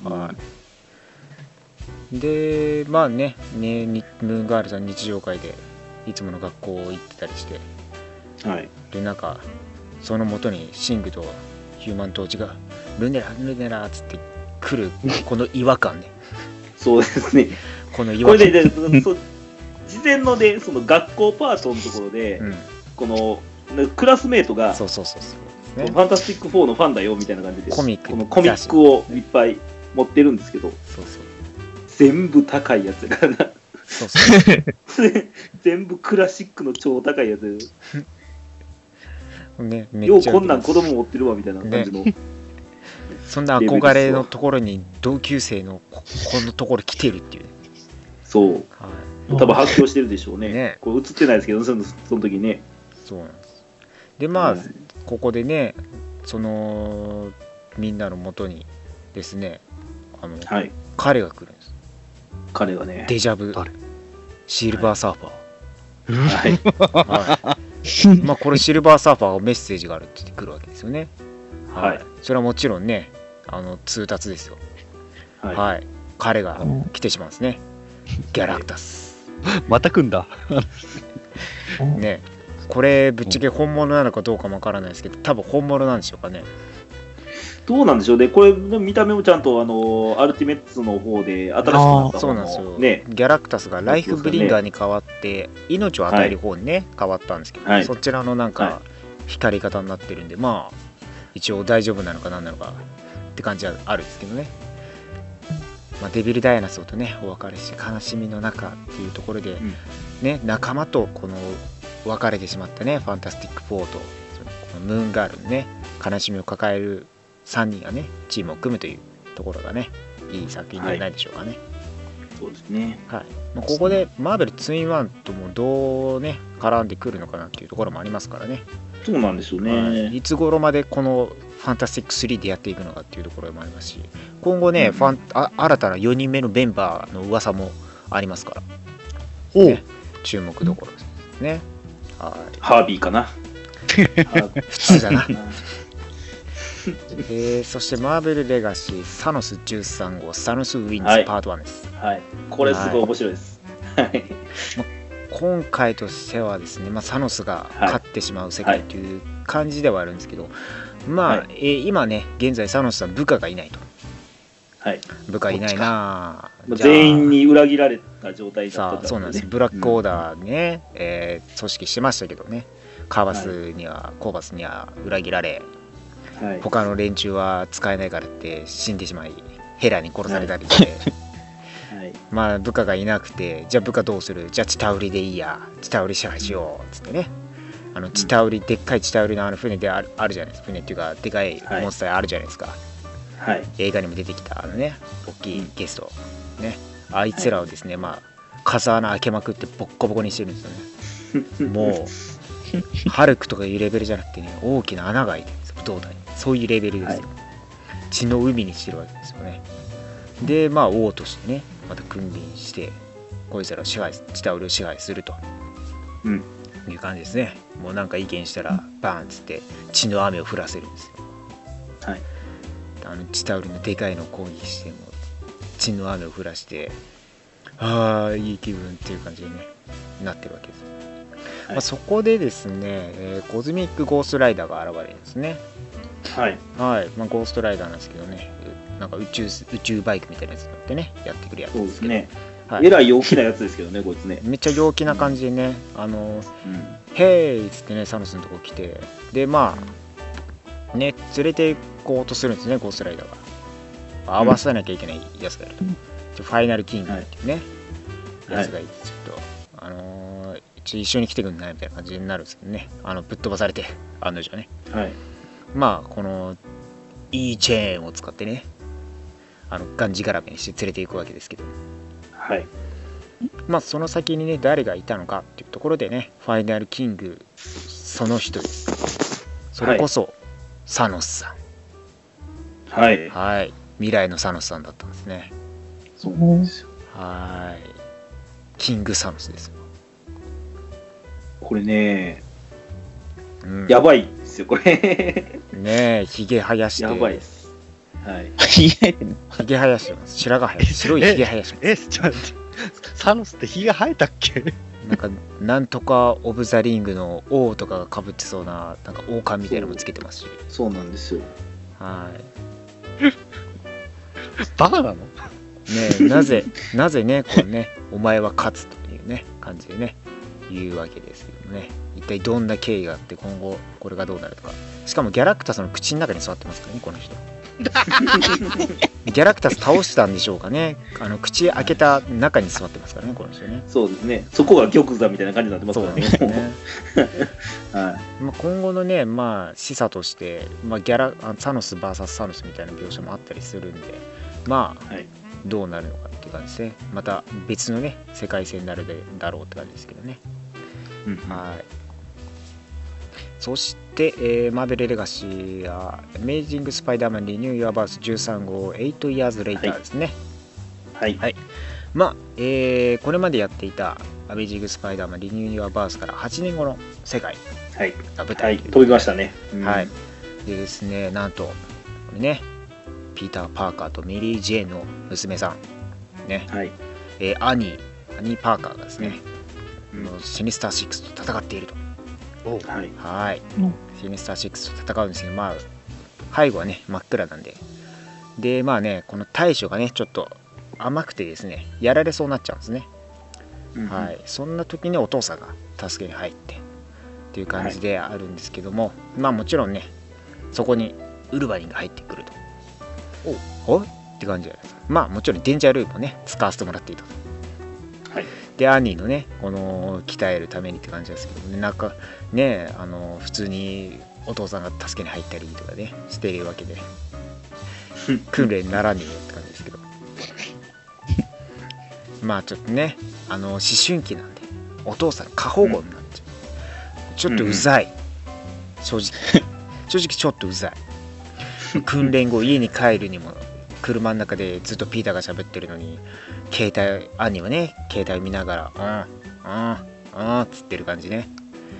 でまあねムーンガールさん日常会でいつもの学校行ってたりして、でなんかその元にシングとヒューマントーチがルネラっつって来るこの違和感ね。 そうですね。 この違和感。これで事前のでその学校パートのところで、このクラスメートがファンタスティック4のファンだよみたいな感じでコミックをいっぱい持ってるんですけど、全部高いやつだからな。全部クラシックの超高いやつね、 ようこんなん子供持ってるわみたいな感じの、 そんな憧れのところに同級生のこのところ来てるっていうね。 そう、多分発狂してるでしょうね。これ映ってないですけど、その時ね。 そうなんです。でまあ、ここでねそのみんなの元にですね彼が来るんです。 彼がね、 デジャブシルバーサーファー、まあこれシルバーサーファーがメッセージがあるって言ってくるわけですよね。それはもちろんね通達ですよ。彼が来てしまうんですね。ギャラクタスまた来んだね。これぶっちゃけ本物なのかどうかもわからないですけど、多分本物なんでしょうかね。 どうなんでしょうね。これ見た目もちゃんとアルティメッツの方で新しくなったそうなんですよ、ね、ギャラクタスがライフブリンガーに変わって命を与える方にね、変わったんですけど、そちらのなんか光り方になってるんで、まあ一応大丈夫なのか何なのかって感じはあるんですけどね。まあ、デビルダイナソーとねお別れし悲しみの中っていうところで、ね、仲間とこの別れてしまったねファンタスティック4とこのムーンガールのね悲しみを抱える3人がねチームを組むというところがねいい作品ではないでしょうかね。 そうですね。 まあ、ここでマーベルツインワンともどうね絡んでくるのかなっていうところもありますからね。 そうなんですよね。 いつ頃までこのファンタスティック3でやっていくのかっていうところもありますし、今後ね、新たな4人目のメンバーの噂もありますから、ね、注目どころですね。 ハービーかな。 普通だな。そしてマーベルレガシーサノス13号サノスウィンズパート1です。 これすごい面白いです。 今回としてはですね、サノスが勝ってしまう世界という感じではあるんですけど、今ね現在サノスさん部下がいないと。部下いないな、 全員に裏切られた状態だった、 そうなんです。ブラックオーダーね、組織してましたけどね、コーバスには裏切られ、他の連中は使えないからって死んでしまい、ヘラに殺されたりして、部下がいなくて、じゃあ部下どうする、じゃあチタウリでいいや、チタウリ支配しようっつってね、チタウリ、でっかいチタウリの船であるじゃないですか。船っていうかでかいモンスターあるじゃないですか。映画にも出てきた大きいゲストね、あいつらをですね、風穴開けまくってボッコボコにしてるんですよね。もうハルクとかいうレベルじゃなくてね、大きな穴が開いてるんですよ、胴体に。そういうレベルですよ。血の海にしてるわけですよね。で王としてね、また君臨してこいつらをチタウリを支配するという感じですね。もうなんか意見したらバーンっつって血の雨を降らせるんですよ。チタウリのでかいのを攻撃しても血の雨を降らして、いい気分っていう感じに、なってるわけです。そこでですね、コズミックゴーストライダーが現れるんですね。ゴーストライダーなんですけどね、なんか宇宙バイクみたいなやつ乗ってねやってくるやつですけど、 えらい陽気なやつですけどね、こいつね。 めっちゃ陽気な感じでね、ヘイっつってね、サノスのとこ来て、で連れて行こうとするんですね、ゴーストライダーが。合わせなきゃいけないやつがいると。ファイナルキングっていうね、やつがいて、ちょっと、一緒に来てくんないみたいな感じになるんですけどね、ぶっ飛ばされて、案の定ね。この E チェーンを使ってね、がんじがらめにして連れていくわけですけど、その先にね、誰がいたのかっていうところでね、ファイナルキングその人です。それこそ、サノスさん。未来のサノスさんだったんですね。 そうなんですよ。 キングサノスですよ。 これね、やばいですよ、これ。 ね、ひげ生やして。 やばいです。 ひげ生やしてます。白髪生やして、白いひげ生やしてます。 ちょっと待って、サノスってひげ生えたっけ？ なんとかオブザリングの王とかがかぶってそうな、なんか王冠みたいなのもつけてますし。 そうなんですよ。 バカなの？ なぜね、こうね、お前は勝つというね感じでね言うわけですけどね。一体どんな経緯があって今後これがどうなるとか。しかもギャラクタスの口の中に座ってますからね、この人。ギャラクタス倒したんでしょうかね。口開けた中に座ってますからね、この人ね。 そうですね。そこが玉座みたいな感じになってますからね。 今後のね、示唆として、サノス VS サノスみたいな描写もあったりするんで、どうなるのかっていう感じですね。また別のね、世界線になるだろうって感じですけどね。そして、マーベルレガシーやアメイジング・スパイダーマン・リニュー・ユア・バース13号8 years later ですね。これまでやっていたアメイジング・スパイダーマン・リニュー・ユア・バースから8年後の世界が舞台、 飛びましたね。 でですね、なんとこれね、ピーター・パーカーとメリー・ジェーンの娘さんね、アニー・パーカーがですね、シニスター6と戦っていると。シニスター6と戦うんですけど、背後はね真っ暗なんで、この対処がねちょっと甘くてですね、やられそうになっちゃうんですね。そんな時にお父さんが助けに入ってっていう感じであるんですけども、もちろんねそこにウルヴァリンが入ってくると、おって感じじゃないですか。もちろんデンジャールームをね使わせてもらっていたと。でアニーのねこの鍛えるためにって感じですけどね、なんかね普通にお父さんが助けに入ったりとかねしているわけで訓練ならねえよって感じですけどちょっとね思春期なんでお父さん過保護になっちゃう、ちょっとうざい、正直ちょっとうざい。訓練後家に帰るにも車の中でずっとピーターが喋ってるのに、兄はね携帯見ながらっつってる感じね。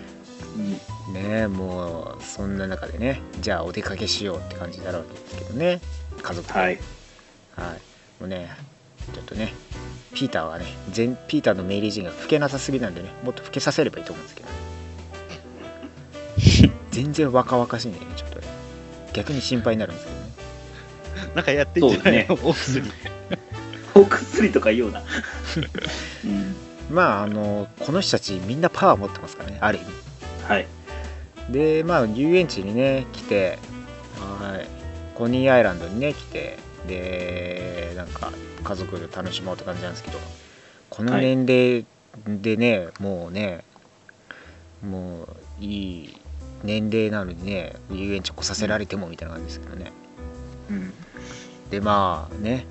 もうそんな中でね、じゃあお出かけしようって感じになるわけですけどね、家族で。もうねちょっとねピーターはね、ピーターのメイリー・ジーンが老けなさすぎなんでね、もっと老けさせればいいと思うんですけど、ね、全然若々しいんでね、ちょっとね、逆に心配になるんですけどね。 なんかやってんじゃないの、お薬。 お薬とか言うな。 うん、まあこの人たちみんなパワー持ってますからね、ある意味。 はい。 で、まあ遊園地にね来て、はい、コニーアイランドにね来て、でなんか家族で楽しもうって感じなんですけど、この年齢でね、もういい年齢なのにね、遊園地来させられてもみたいな感じですけどね。 うん、 でまあね、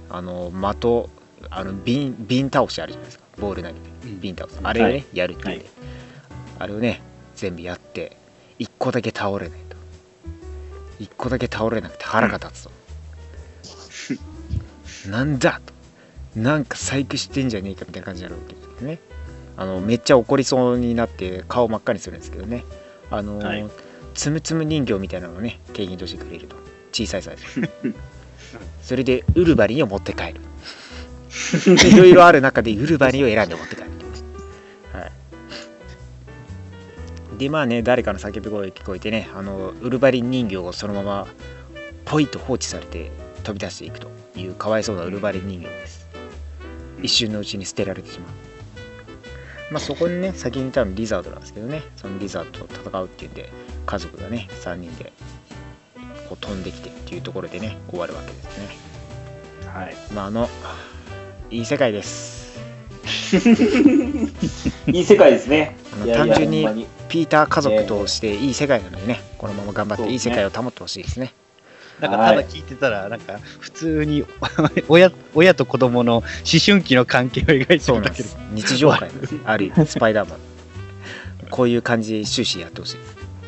瓶倒しあるじゃないですか、ボール投げて瓶倒す、あれをね、はい、やるっていうんで、あれをね全部やって1個だけ倒れないと、1個だけ倒れなくて腹が立つと、なんだと、なんか細工してんじゃねえかみたいな感じになるわけですね。めっちゃ怒りそうになって顔真っ赤にするんですけどね、はい、つむつむ人形みたいなのをね景品としてくれると、小さいサイズそれでウルヴァリンを持って帰るいろいろある中でウルヴァリンを選んで持って帰る、はい、でまあね、誰かの叫び声聞こえてね、ウルヴァリン人形をそのままポイと放置されて飛び出していくというかわいそうなウルヴァリン人形です。一瞬のうちに捨てられてしまう。まあそこにね先にいたのリザードなんですけどね、そのリザードと戦うっていうんで家族がね3人でこう飛んできてっていうところでね終わるわけですね。はい。まあいい世界です。 いい世界ですね。 単純にピーター家族としていい世界なのでね、このまま頑張っていい世界を保ってほしいですね。 なんかただ聞いてたら、なんか普通に親と子供の思春期の関係を描いてるんだけど、 日常会あるスパイダーマンこういう感じで終始やってほしい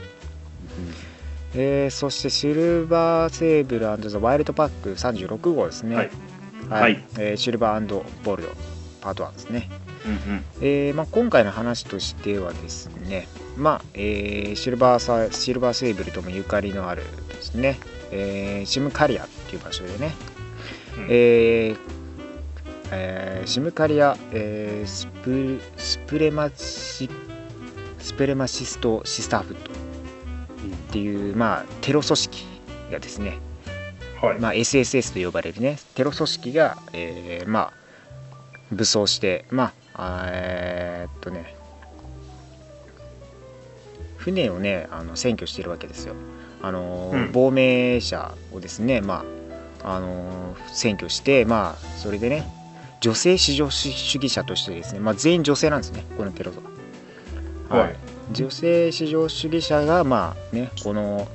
です。そしてシルバーセーブル&ザ・ワイルドパック36号ですね。はい、はいはい、シルバー&ボルドパート1ですね。まあ、今回の話としてはですね、まあシルバーセーブルともゆかりのあるですね、シムカリアっていう場所でね、シムカリア、スプレマシストシスターフットっていう、まあ、テロ組織がですね、はい、まあ、SSS と呼ばれるねテロ組織が、まあ、武装して、まあ船をね占拠しているわけですよ。亡命者をですね、まあ占拠して、まあ、それでね女性至上主義者としてですね、まあ、全員女性なんですね、このテロは。はい、女性至上主義者がまあねこの、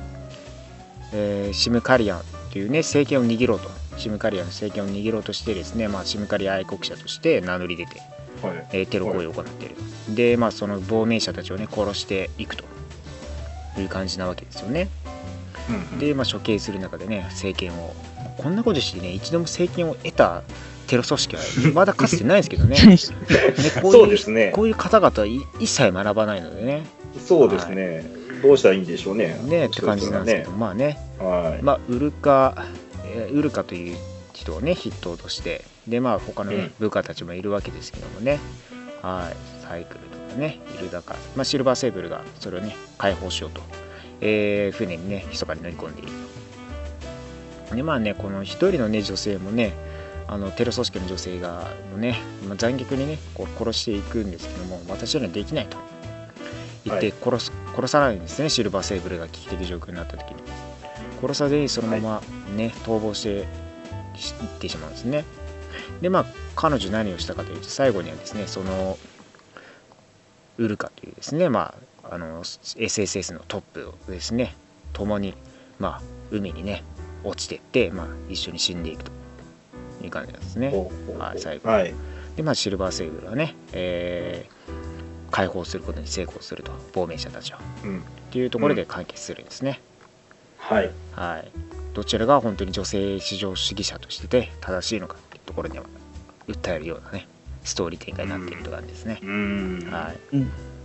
シムカリアンというね政権を握ろうと、シムカリアの政権を握ろうとしてですね、まあ、シムカリア愛国者として名乗り出て、はい、テロ行為を行っている。でまあその亡命者たちをね殺していくという感じなわけですよね。でまあ処刑する中でね政権をこんなことしてね一度も政権を得たテロ組織はまだかつてないですけどねそうですね、 こういう方々一切学ばないのでね。 そうですね、はい、どうしたらいいんでしょうね。 ねって感じなんですけど、まあね、はい、まあウルカという人をね筆頭として、でまあ他の、ね部下たちもいるわけですけどもね、はい、サイクルとかねいる中、まあ、シルバーセーブルがそれをね解放しようと、船にね密かに乗り込んでいる。でまあねこの一人のね女性もねテロ組織の女性がね、まあ、残虐にねこう殺していくんですけども、私にはできないと言って殺さないんですね、シルバーセーブルが危機的状況になった時に。殺さずにそのままね、逃亡していってしまうんですね。でまあ彼女何をしたかというと、最後にはですねそのウルカというですね、まあSSS のトップをですね共にまあ海にね落ちていって、まあ、一緒に死んでいくという感じなんですね。はい、最後、はい、でまあシルバーセーブルはね、解放することに成功すると、亡命者たちを、っていうところで完結するんですね。はい、はい、どちらが本当に女性至上主義者として正しいのかっていうところには訴えるようなねストーリー展開になっているという感じですね。はい、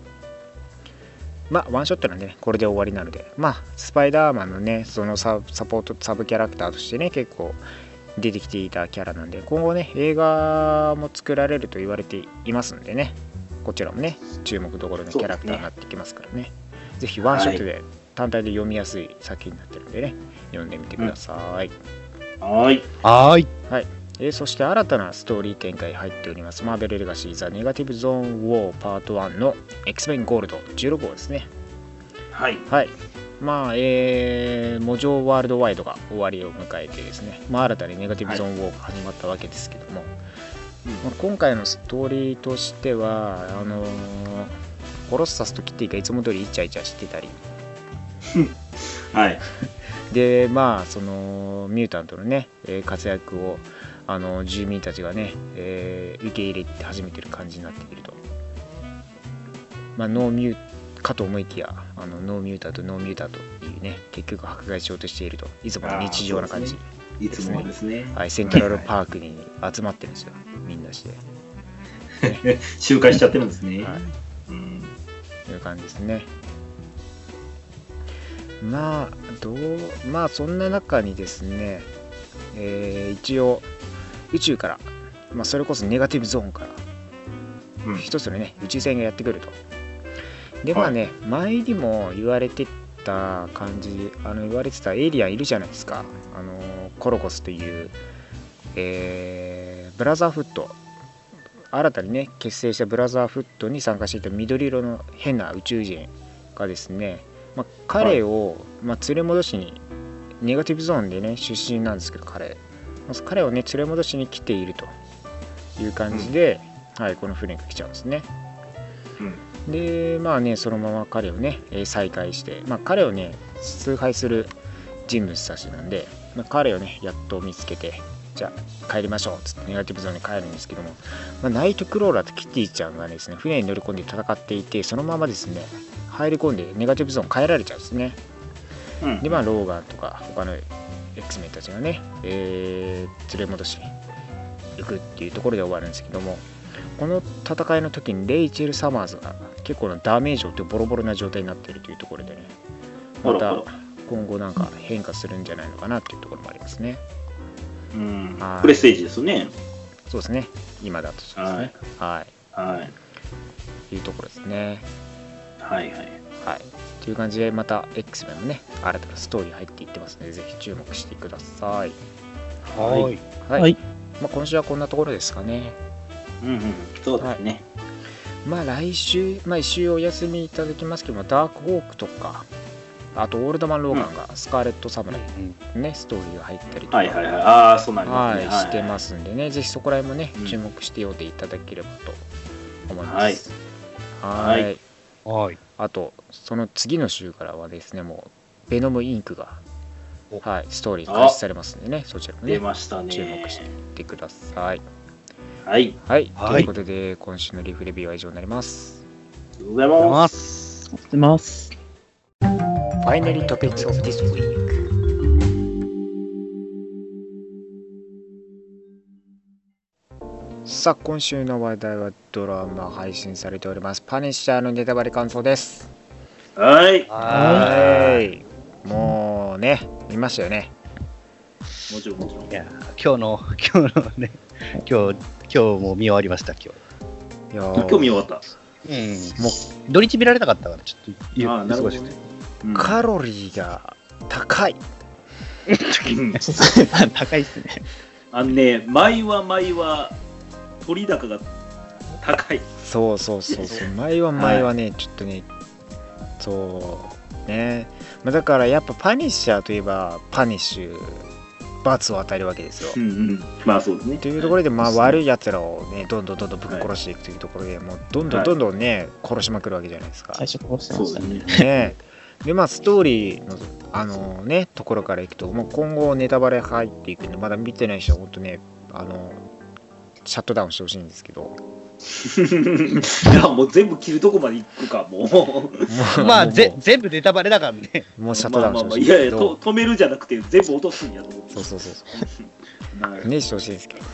まあワンショットなんでねこれで終わりなので、まあスパイダーマンのねそのサブキャラクターとしてね結構出てきていたキャラなんで、今後ね映画も作られると言われていますんでね、こちらもね注目どころのキャラクターになってきますからね、ぜひワンショットで単体で読みやすい作品になってるんでね、読んでみてください。 はい。 はい。 そして新たなストーリー展開入っております。マーベルレガシーザネガティブゾーンウォーパート1の X-Men ゴールド16号ですね。 はい。 まあ、模状ワールドワイドが終わりを迎えてですね、新たにネガティブゾーンウォーが始まったわけですけども、今回のストーリーとしては、コロッサスとキティがいつも通りイチャイチャしてたりはい。 で、そのミュータントのね、活躍を住民たちがね、受け入れて始めてる感じになっていると。ノーミューかと思いきや、ノーミューターとノーミューターというね、結局迫害しようとしていると、いつもの日常な感じですね。 いつもですね。 セントラルパークに集まってるんですよ、みんなして。 集会しちゃってるんですね。 という感じですね。そんな中にですね、一応宇宙から、それこそネガティブゾーンから一つのね宇宙船がやってくると。で前にも言われてた感じ、言われてたエイリアンいるじゃないですか、コロコスという、ブラザーフット、新たにね結成したブラザーフットに参加していた緑色の変な宇宙人がですね、彼を、連れ戻しに、ネガティブゾーンでね出身なんですけど、彼をね連れ戻しに来ているという感じで、この船が来ちゃうんですね。でそのまま彼をね再会して、彼をね崇拝する人物たちなんで、彼をねやっと見つけて、じゃあ帰りましょうっつってネガティブゾーンに帰るんですけども、ナイトクローラーとキティちゃんがですね船に乗り込んで戦っていて、そのままですね入り込んでネガティブゾーン変えられちゃうんですね。でローガンとか他の X メンたちがね、連れ戻しに行くっていうところで終わるんですけども、この戦いの時にレイチェル・サマーズが結構なダメージを負ってボロボロな状態になっているというところでね、また今後なんか変化するんじゃないのかなっていうところもありますね。 プレステージですよね。 そうですね、今だとそうですね。いうところですね。という感じで、また X メンのね新たなストーリー入っていってますので、ぜひ注目してください。今週はこんなところですかね。 そうですね。 来週、1週お休みいただきますけども、ダークホークとか、あとオールドマン・ローガンがスカーレット・サムライね、ストーリーが入ったりとか、 そうなんですね。 してますんでね、ぜひそこら辺もね注目して読んでいただければと思います。あとその次の週からはですね、もうベノム・インクがストーリー開始されますんでね、そちらもね出ましたね、 注目していってください。 ということで今週のリーフレビューは以上になります。 ありがとうございます。 Finally topics of this week。さあ、今週の話題はドラマ配信されておりますパニッシャーのネタバレ感想です。もうね見ましたよね。 もちろん。 いや今日のね今日も見終わりました。今日見終わった。 もう土日見られなかったからちょっとなるほどね。 カロリーが高い。 高いっすね。 毎は取り高が高い。 そう毎はね、ちょっとね、そうね、だからやっぱパニッシャーといえばパニッシュ罰を与えるわけですよ。 そうですね。 というところで悪いやつらをねどんどんぶっ殺していくというところで、もうどんどんね殺しまくるわけじゃないですか。 最初殺してましたね。でストーリーのねところからいくと、もう今後ネタバレ入っていくんで、まだ見てない人は本当ねシャットダウンしてほしいんですけど。 いやもう全部切るとこまでいくかもう。 全部ネタバレだからね。 もうシャットダウンしてほしいんですけど。 止めるじゃなくて全部落とすんやと思って。 そうねしてほしいんですけど、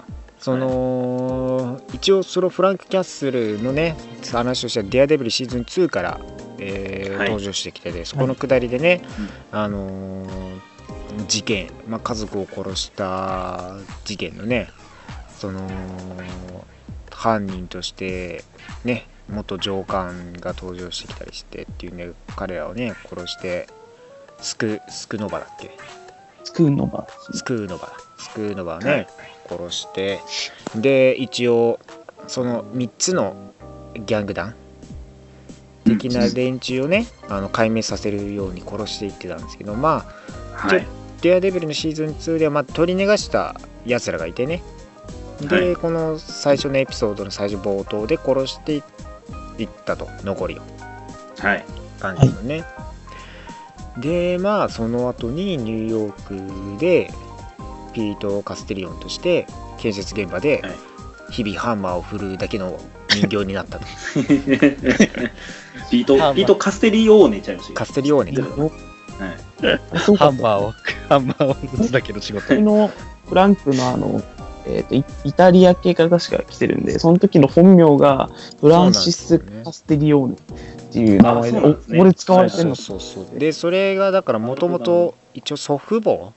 一応そのフランク・キャッスルのね話としてはデアデビルシーズン2から、登場してきて、そこのくだりでね、 事件、家族を殺した事件のね、その犯人としてね、元上官が登場してきたりしてっていうね、彼らをね殺して、スクノバだっけ、 スクーノバをね、 はい、 殺して、で一応その3つのギャング団的な連中をね、壊滅させるように殺していってたんですけど、はい、デアデビルのシーズン2では取り逃がしたやつらがいてね、で、はい、この最初のエピソードの最初冒頭で殺していったと、残りを、 はい、 感じのね、はい、でその後にニューヨークでピート・カステリオンとして建設現場で日々ハンマーを振るうだけの人形になったとピート・カステリオーネちゃいましたカステリオーネ、 ハンマーを打つだけの仕事のフランクのイタリア系から確か来てるんで、その時の本名がフランシス・カステリオーネっていう名前で、俺使われてるの。 で、それがだからもともと一応祖父母、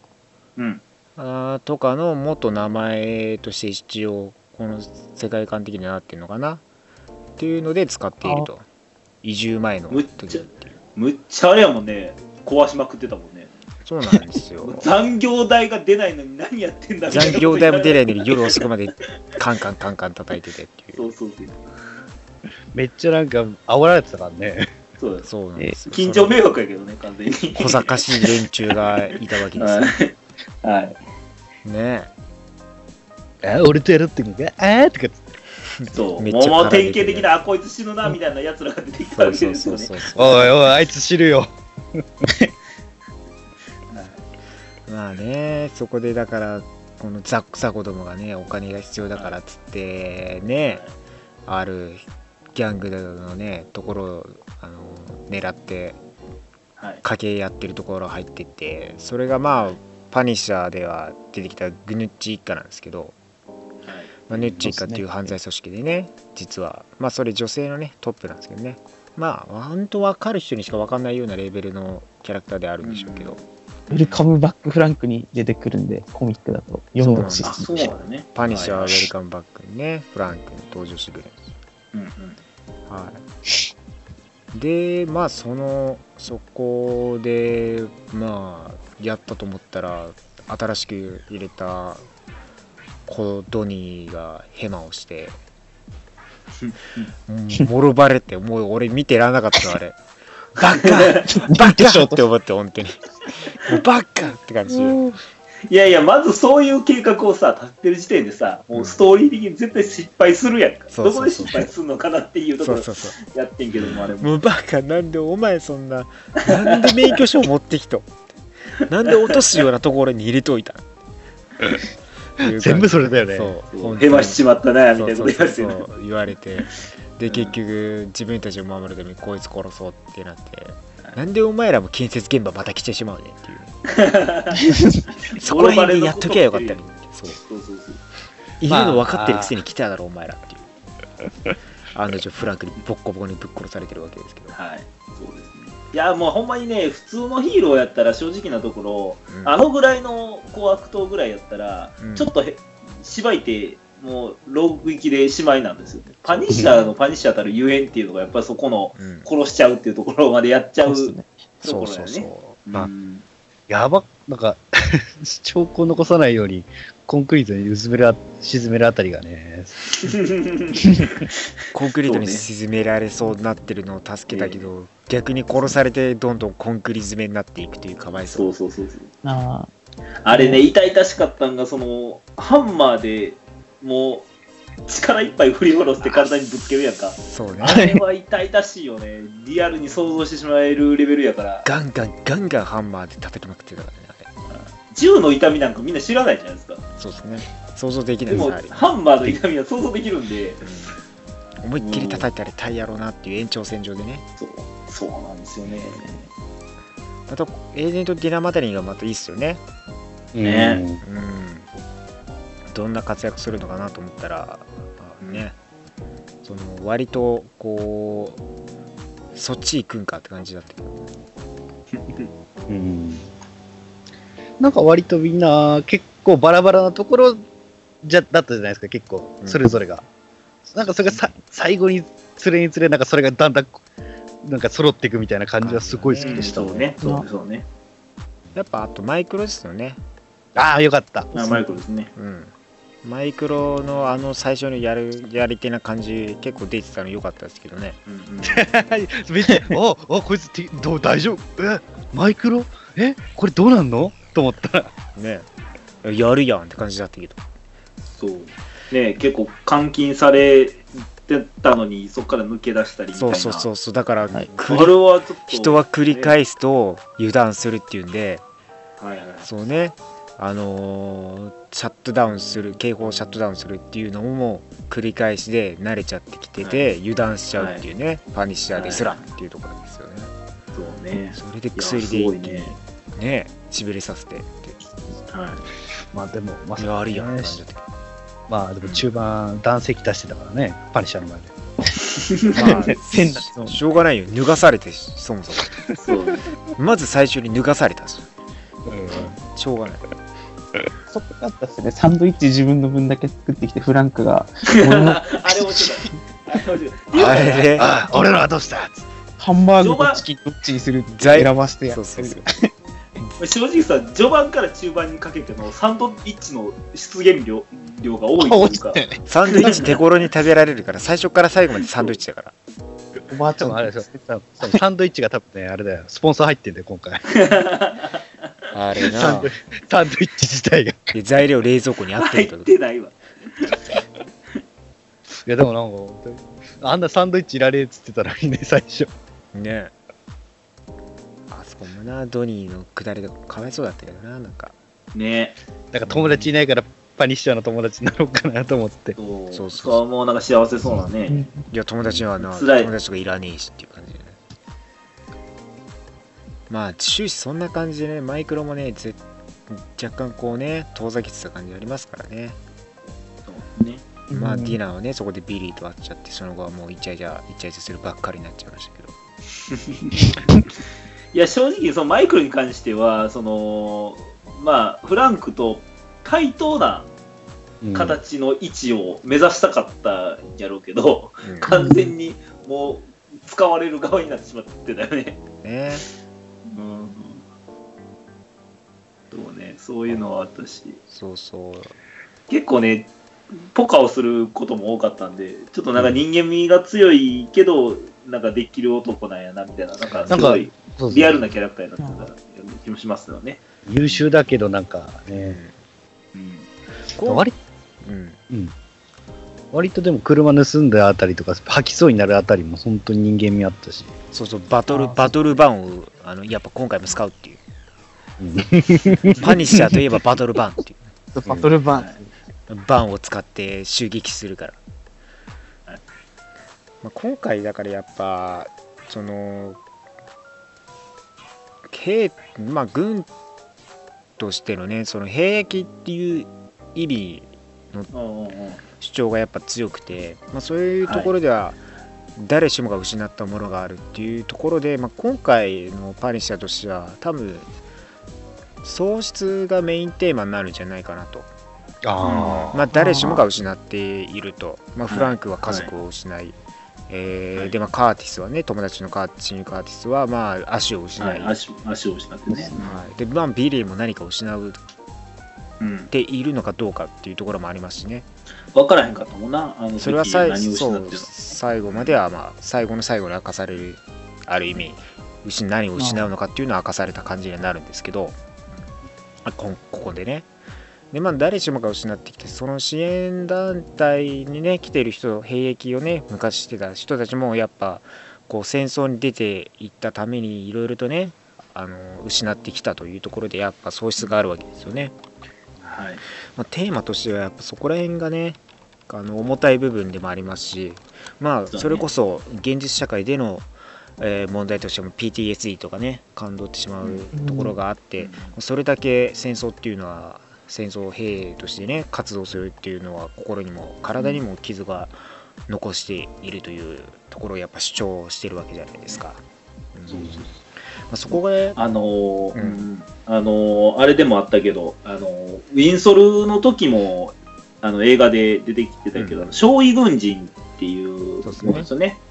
とかの元名前として一応この世界観的になってるのかなっていうので使っていると。移住前の時むっちゃあれやもんね、壊しまくってたもんね。 そうなんですよ。 残業代が出ないのに何やってんだみたいな。 残業代も出ないのに夜遅くまでカンカン叩いててっていう。 そうめっちゃなんか煽られてたからね。 そうなんですよ。 近所迷惑やけどね、完全に。 小賢しい連中がいたわけですよ。 はい。 ねえ。俺とやるっていうのが、とかつって。 そう。もう典型的な、こいつ死ぬなみたいなやつらが出てきたわけですよね。 おいおい、あいつ知るよ。 そこでだからこのザコどもがね、お金が必要だからっつってね、あるギャングのねところを狙って賭けやってるところ入ってって、それがパニッシャーでは出てきたグヌッチ一家なんですけど、ヌッチ一家っていう犯罪組織でね、実はそれ女性のねトップなんですけどね、本当分かる人にしか分かんないようなレベルのキャラクターであるんでしょうけど、 ウェルカムバックフランクに出てくるんで、コミックだと読んでほしいですね。 パニッシャーはウェルカムバックにね、フランクに登場してくれるんです。で、そこでやったと思ったら、新しく入れたドニーがヘマをしてもろバレて、もう俺見てらんなかったの、あれ。バカって思って、本当にもうバカって感じ。 いやまずそういう計画をさ立ってる時点でさ、もうストーリー的に絶対失敗するやんか。どこで失敗するのかなっていうところやってんけども、あれもうバカ、なんでお前そんな、なんで免許証持ってきと、なんで落とすようなところに入れといた全部それだよね。 ヘマしちまったなみたいなこと言われて、で結局自分たちを守るためにこいつ殺そうってなって、なんでお前らも建設現場また来てしまうねっていうそこら辺でやっときゃよかったり、いるの分かってるくせに来ただろお前らっていう、フランクにボッコボコにぶっ殺されてるわけですけど、 そうですね。いやもうほんまにね、普通のヒーローやったら正直なところ、ぐらいの悪党ぐらいやったら、ちょっとしばいてもうローグ行きでしまいなんですよね。パニッシャーのパニッシャーたるゆえんっていうのがやっぱりそこの殺しちゃうっていうところまでやっちゃうところだよね。 やば、なんか証拠を残さないようにコンクリートに沈めるあたりがねコンクリートに沈められそうになってるのを助けたけど、逆に殺されてどんどんコンクリ詰めになっていくというかわいそう。 あれね、痛々しかったんが、そのハンマーでもう力いっぱい振り下ろして体にぶつけるやんか。 そうね。 あれは痛々しいよね。リアルに想像してしまえるレベルやから。 ガンガンハンマーで叩きまくってたからね、あれ。 銃の痛みなんかみんな知らないじゃないですか。 そうですね。想像できないです。でもハンマーの痛みは想像できるんで、 思いっきり叩いたら痛いやろうなっていう延長線上でね。 そうなんですよね。 あとエージェント・ディナ・マタリンがまたいいっすよね。どんな活躍するのかなと思ったらね、その割とこうそっち行くんかって感じだったけど、 なんか割とみんな結構バラバラなところだったじゃないですか、結構、それぞれが。なんかそれが最後につれにつれ、なんかそれがだんだん、なんか揃っていくみたいな感じはすごい好きでしたもんね。 そうね。 やっぱあとマイクロですよね。 ああ、よかった。 マイクロですね。 マイクロの最初のやり手な感じ結構出てたの良かったですけどね。 めっちゃこいつ大丈夫？マイクロ？これどうなんの？と思ったらね、やるやんって感じだったけど。 そうね、結構監禁されてたのにそこから抜け出したりみたいな。 そうだから、 あれはちょっと人は繰り返すと油断するっていうんで、そうね。シャットダウンする、警報をシャットダウンするっていうのも繰り返しで慣れちゃってきてて、油断しちゃうっていうね、パニッシャーですらっていうところですよね。 そうね。 それで薬で一気にね、しびれさせてって。 まあでも、 まさかね、やるやんって感じだったけど。 まあでも中盤、男性器出してたからね、パニッシャーの前で。 まあ、しょうがないよ、脱がされて、そもそも。まず最初に脱がされたし。しょうがない。 そこだったっすね。サンドイッチ自分の分だけ作ってきて、フランクが。 あれ面白い。 あれ俺のはどうしたハンバーグとチキンどっちにするって選ばせてやる。 正直さ、序盤から中盤にかけてのサンドイッチの出現量が多いというか。 サンドイッチ手頃に食べられるから、最初から最後までサンドイッチだから。 おばあちゃんあれですよ。サンドイッチが多分ね、あれだよ。スポンサー入ってんだよ、今回。 あれな。 サンドイッチ自体が。 材料冷蔵庫にあってる入ってないわ。 いや、でもなんか、あんなサンドイッチいられっつってたらいいね、最初。 ね。あそこもな、ドニーの下りがかわいそうだったけどな、なんか。 ね。 なんか友達いないから、パニッシャーの友達になろうかなと思って。 そうもうなんか幸せそうなね。 いや、友達は友達とかいらねえしっていう感じでね。まあ終始そんな感じでね、マイクロもね、若干こうね、遠ざけてた感じありますからね。まあディナーはね、そこでビリーと会っちゃって、その後はもうイチャイチャするばっかりになっちゃいましたけど。 いや、正直そのマイクロに関しては、そのまあフランクと対等な形の位置を目指したかったんやろうけど、完全にもう使われる側になってしまってたよね。そうね、そういうのはあったし、結構ね、ポカをすることも多かったんで、ちょっとなんか人間味が強いけど、なんかできる男なんやなみたいな、なんかすごいリアルなキャラクターになってた気もしますよね。 優秀だけどなんかね、割とでも車盗んだあたりとか吐きそうになるあたりも本当に人間味あったし、 バトルバンをやっぱ今回も使うっていう。パニッシャーといえばバトルバンっていう。 バトルバン。 バンを使って襲撃するから。まあ、今回だからやっぱその軍としてのね、その兵役っていう意味の主張がやっぱ強くて、まあ、そういうところでは誰しもが失ったものがあるっていうところで、まあ、今回のパニッシャーとしては多分喪失がメインテーマになるんじゃないかなと。まあ、誰しもが失っていると、まあ、フランクは家族を失い、でまあ、カーティスはね、友達の親友カーティスはまあ足を失い、 足を失ってね、 でまあ、ビリーも何かを失うっているのかどうかっていうところもありますしね。 分からへんかったもんな、 それは最後までは、まあ、最後の最後に明かされる、ある意味何を失うのかっていうのは明かされた感じになるんですけど、ここでね。でまあ、誰しもが失ってきて、その支援団体にね来ている人、兵役をね昔してた人たちもやっぱこう戦争に出ていったためにいろいろとね失ってきたというところでやっぱ喪失があるわけですよね。まあ、テーマとしてはやっぱそこら辺がね重たい部分でもありますし、まあそれこそ現実社会での問題としても PTSD とかね感動ってしまうところがあって、それだけ戦争っていうのは戦争兵としてね活動するっていうのは心にも体にも傷が残しているというところをやっぱ主張してるわけじゃないですか。 そこがあれでもあったけど、ウィンソルの時も映画で出てきてたけど、少尉軍人っていうものですよね。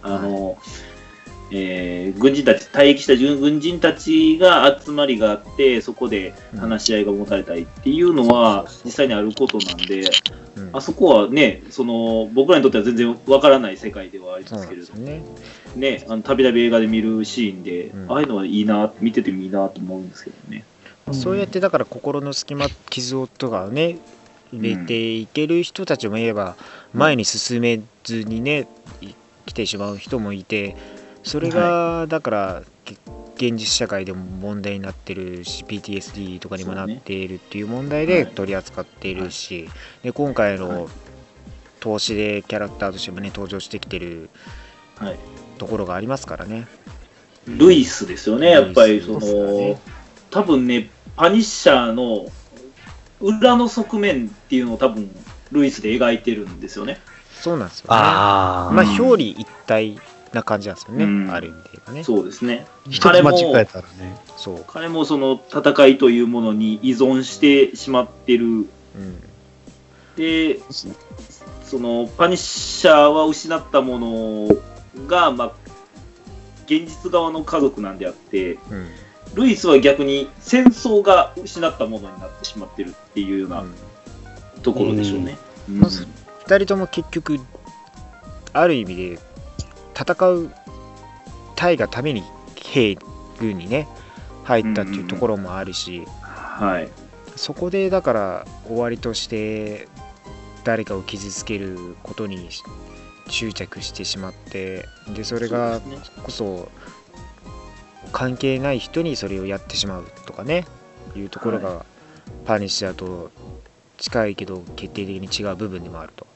軍人たち、退役した軍人たちが集まりがあって、そこで話し合いが持たれたりっていうのは実際にあることなんで、あそこはね、僕らにとっては全然わからない世界ではありますけれども、ね、たびたび映画で見るシーンで、ああいうのはいいな、見ててもいいなと思うんですけどね。 そうやってだから心の隙間、傷とかをね、入れていける人たちもいれば、前に進めずにね、来てしまう人もいて、それがだから現実社会でも問題になってるし、 PTSD とかにもなっているっていう問題で取り扱っているし、で今回の投資でキャラクターとしてもね登場してきてるところがありますからね。 ルイスですよね、やっぱり多分ね、パニッシャーの裏の側面っていうのを多分ルイスで描いてるんですよね。 そうなんですよね。まあ表裏一体な感じなんですよね、ある意味で言えばね。 そうですね。 彼も間違えたらね。 彼もその戦いというものに依存してしまってる。で、そのパニッシャーは失ったものが、現実側の家族なんであって、ルイスは逆に戦争が失ったものになってしまってるっていうようなところでしょうね。 2人とも結局ある意味で戦う隊がために兵軍にね入ったっていうところもあるし、そこでだから終わりとして誰かを傷つけることに執着してしまって、でそれがこそ関係ない人にそれをやってしまうとかねいうところがパニッシャーと近いけど決定的に違う部分でもあると。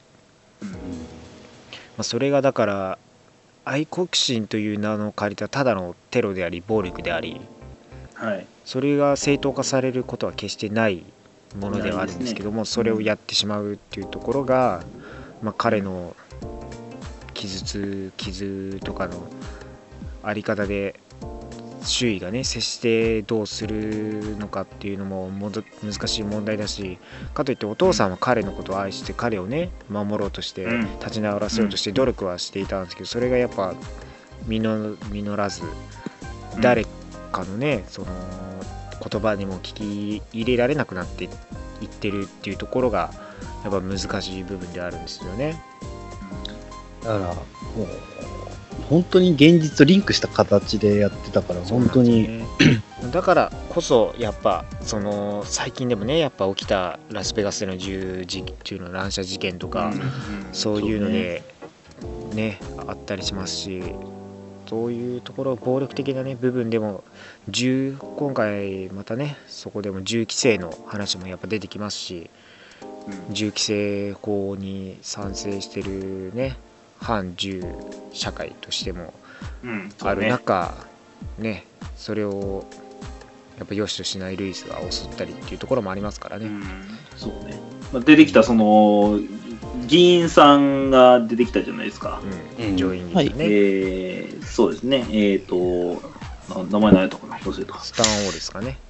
それがだから愛国心という名の借りたただのテロであり暴力であり、それが正当化されることは決してないものではあるんですけども、それをやってしまうっていうところが、彼の傷とかのあり方で周囲がね接してどうするのかっていうのも難しい問題だし、かといってお父さんは彼のことを愛して彼をね守ろうとして立ち直らせようとして努力はしていたんですけど、それがやっぱ実らず、誰かのねその言葉にも聞き入れられなくなっていってるっていうところがやっぱ難しい部分であるんですよね。 だからもう本当に現実とリンクした形でやってたから、本当に、 だからこそやっぱその最近でもねやっぱ起きたラスベガスでの銃の乱射事件とか、そういうのでねあったりしますし、そういうところ暴力的なね部分でも今回またねそこでも銃規制の話もやっぱ出てきますし、銃規制法に賛成してるね反銃社会としてもある中、それをやっぱ良しとしないルイスが襲ったりっていうところもありますからね。 そうね。出てきたその議員さんが出てきたじゃないですか。 上院議員ね。 そうですね。名前何やったかな。どうすると。 スタンオーですかね。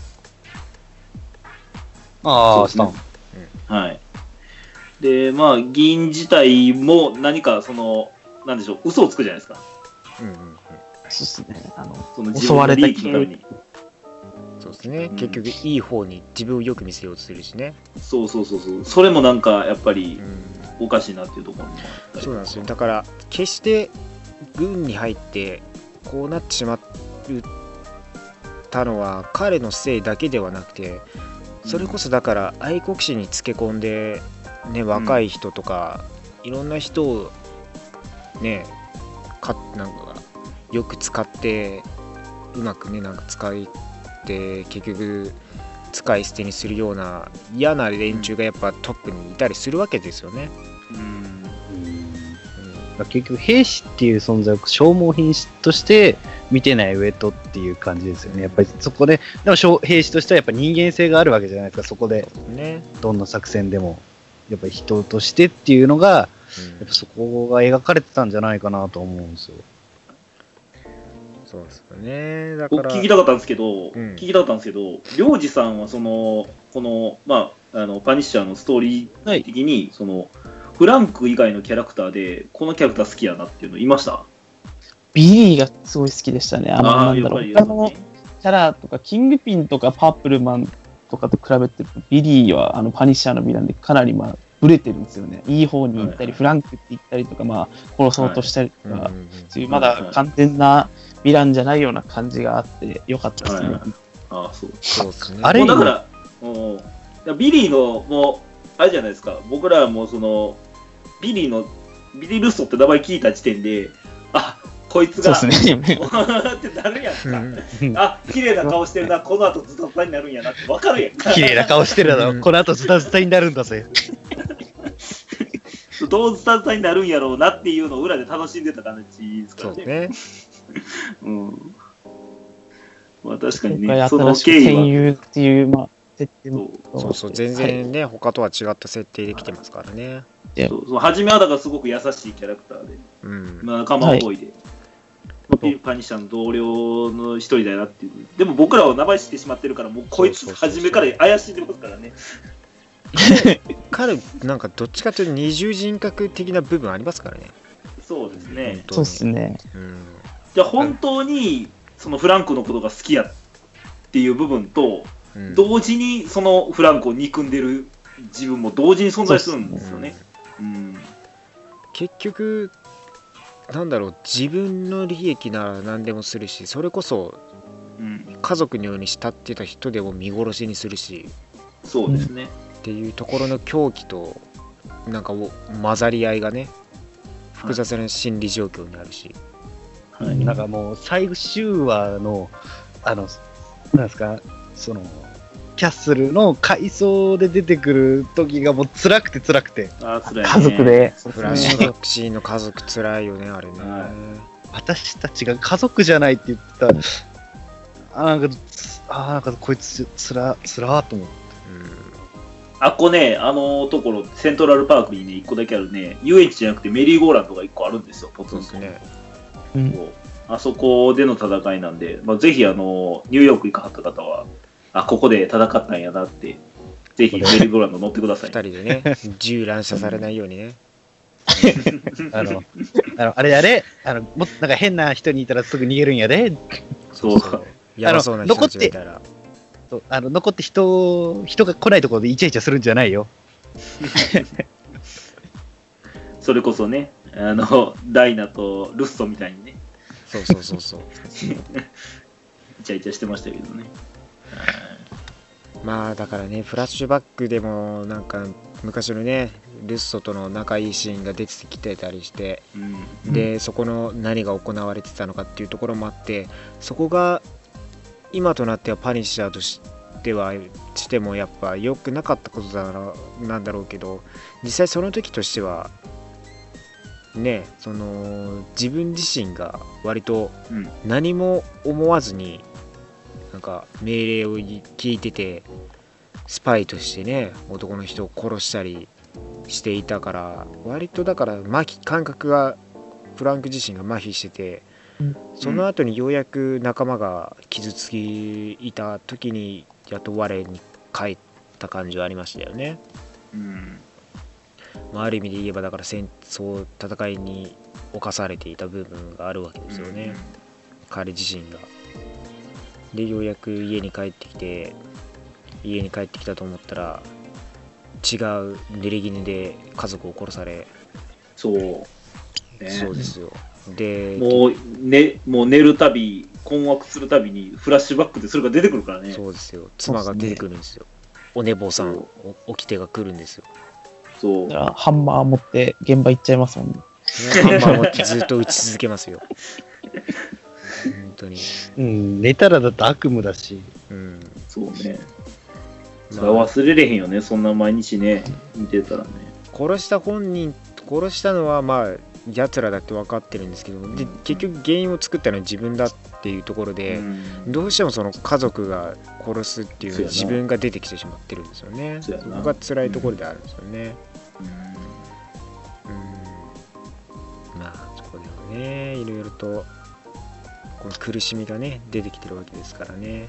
スタン。 はい。で、議員自体も何かなんでしょう、嘘をつくじゃないですか。 そうですね。 襲われた気分に。 そうですね。結局いい方に自分をよく見せようとするしね。 そう。それもなんかやっぱりおかしいなっていうところもあったり。 そうなんですよ。だから決して軍に入ってこうなってしまったのは彼のせいだけではなくて、それこそだから愛国心につけ込んでね、若い人とか、いろんな人をねなんかよく使ってうまくねなんか使って結局使い捨てにするような嫌な連中がやっぱトップにいたりするわけですよね。 結局兵士っていう存在を消耗品として見てない上とっていう感じですよね。やっぱりそこでも兵士としてはやっぱ人間性があるわけじゃないですか。そこでどんな作戦でもやっぱり人としてっていうのが、やっぱそこが描かれてたんじゃないかなと思うんですよ。 そうですよね。だから僕聞きたかったんですけど、領事さんはこのパニッシャーのストーリー的に、フランク以外のキャラクターでこのキャラクター好きやなっていうのいました？ ビリーがすごい好きでしたね。なんだろう。 他のキャラとか、キングピンとかパープルマンとかと比べて、ビリーはパニッシャーのヴィランでかなりブレてるんですよね。いい方に行ったり、フランクって言ったりとか、殺そうとしたりとか、そういうまだ完全なヴィランじゃないような感じがあってよかったですね。 そうですね。あれだから、ビリーのもうあれじゃないですか。僕らはもうビリールッソって名前聞いた時点で、こいつが、 そうですね。 ってなるやんか。綺麗な顔してるな、この後ズタズタになるんやなって分かるやんか。 綺麗な顔してるな、この後ズタズタになるんだぜ。 どうズタズタになるんやろうなっていうのを裏で楽しんでた感じですからね。確かにね、 その経緯は。戦友っていう、設定も。 そう全然ね、他とは違った設定できてますからね。 初めはだからすごく優しいキャラクターで、仲間思いで、パニッシャーの同僚の一人だなっていう。でも僕らは名前知ってしまってるから、もうこいつ初めから怪しんでますからね。 彼なんかどっちかというと二重人格的な部分ありますからね。 そうですね。 そうですね。 じゃあ本当にフランクのことが好きやっていう部分と、同時にフランクを憎んでる自分も同時に存在するんですよね。 結局なんだろう、自分の利益なら何でもするし、それこそ、家族のように慕ってた人でも見殺しにするし、 そうですね。 っていうところの狂気となんか混ざり合いがね、複雑な心理状況にあるし、 なんかもう最終話のなんですか、キャッスルの階層で出てくる時がもう辛くて辛くて、 家族でフラッシュバックシーンの家族辛いよね、あれね。 私たちが家族じゃないって言ったなんかこいつつらーと思って。 あのところセントラルパークにね1個だけあるね、遊園地じゃなくてメリーゴーランドが1個あるんですよ、ポツンとね。あそこでの戦いなんで、ぜひニューヨーク行かはった方は、ここで戦ったんやなって、ぜひメリーゴーランド乗ってください。 2人でね、銃乱射されないようにね。 あれやで、もっとなんか変な人にいたらすぐ逃げるんやで。 そう。やばそうな人たちがいたら。 残って人が来ないところでイチャイチャするんじゃないよ。 それこそね、ダイナとルッソみたいにね。 そう。 イチャイチャしてましたけどね。 だからね、フラッシュバックでもなんか昔のね、ルッソとの仲いいシーンが出てきてたりして、でそこの何が行われてたのかっていうところもあって、そこが今となってはパニッシャーとしてもやっぱ良くなかったことなんだろうけど、実際その時としてはね、自分自身が割と何も思わずになんか命令を聞いてて、スパイとしてね男の人を殺したりしていたから、割とだから感覚がフランク自身が麻痺してて、その後にようやく仲間が傷ついた時にやっと我に返った感じはありましたよね。ある意味で言えばだから戦いに侵されていた部分があるわけですよね、彼自身が。でようやく家に帰ってきたと思ったら、違う濡れ衣で家族を殺され。 そうですよ。でもう寝るたび困惑するたびにフラッシュバックでそれが出てくるからね。 そうですよ。妻が出てくるんですよ。お寝坊さん、掟が来るんですよ。 そう。 だからハンマー持って現場行っちゃいますもんね。 ハンマー持ってずっと打ち続けますよ。本当に。 寝たらだって悪夢だし。 そうね。それは忘れれへんよね、そんな毎日ね、見てたらね。 殺したのは奴らだって分かってるんですけど、で結局原因を作ったのは自分だっていうところで、どうしてもその家族が殺すっていうのは自分が出てきてしまってるんですよね。そこが辛いところであるんですよね。そこでもね、いろいろとこの苦しみがね出てきてるわけですからね。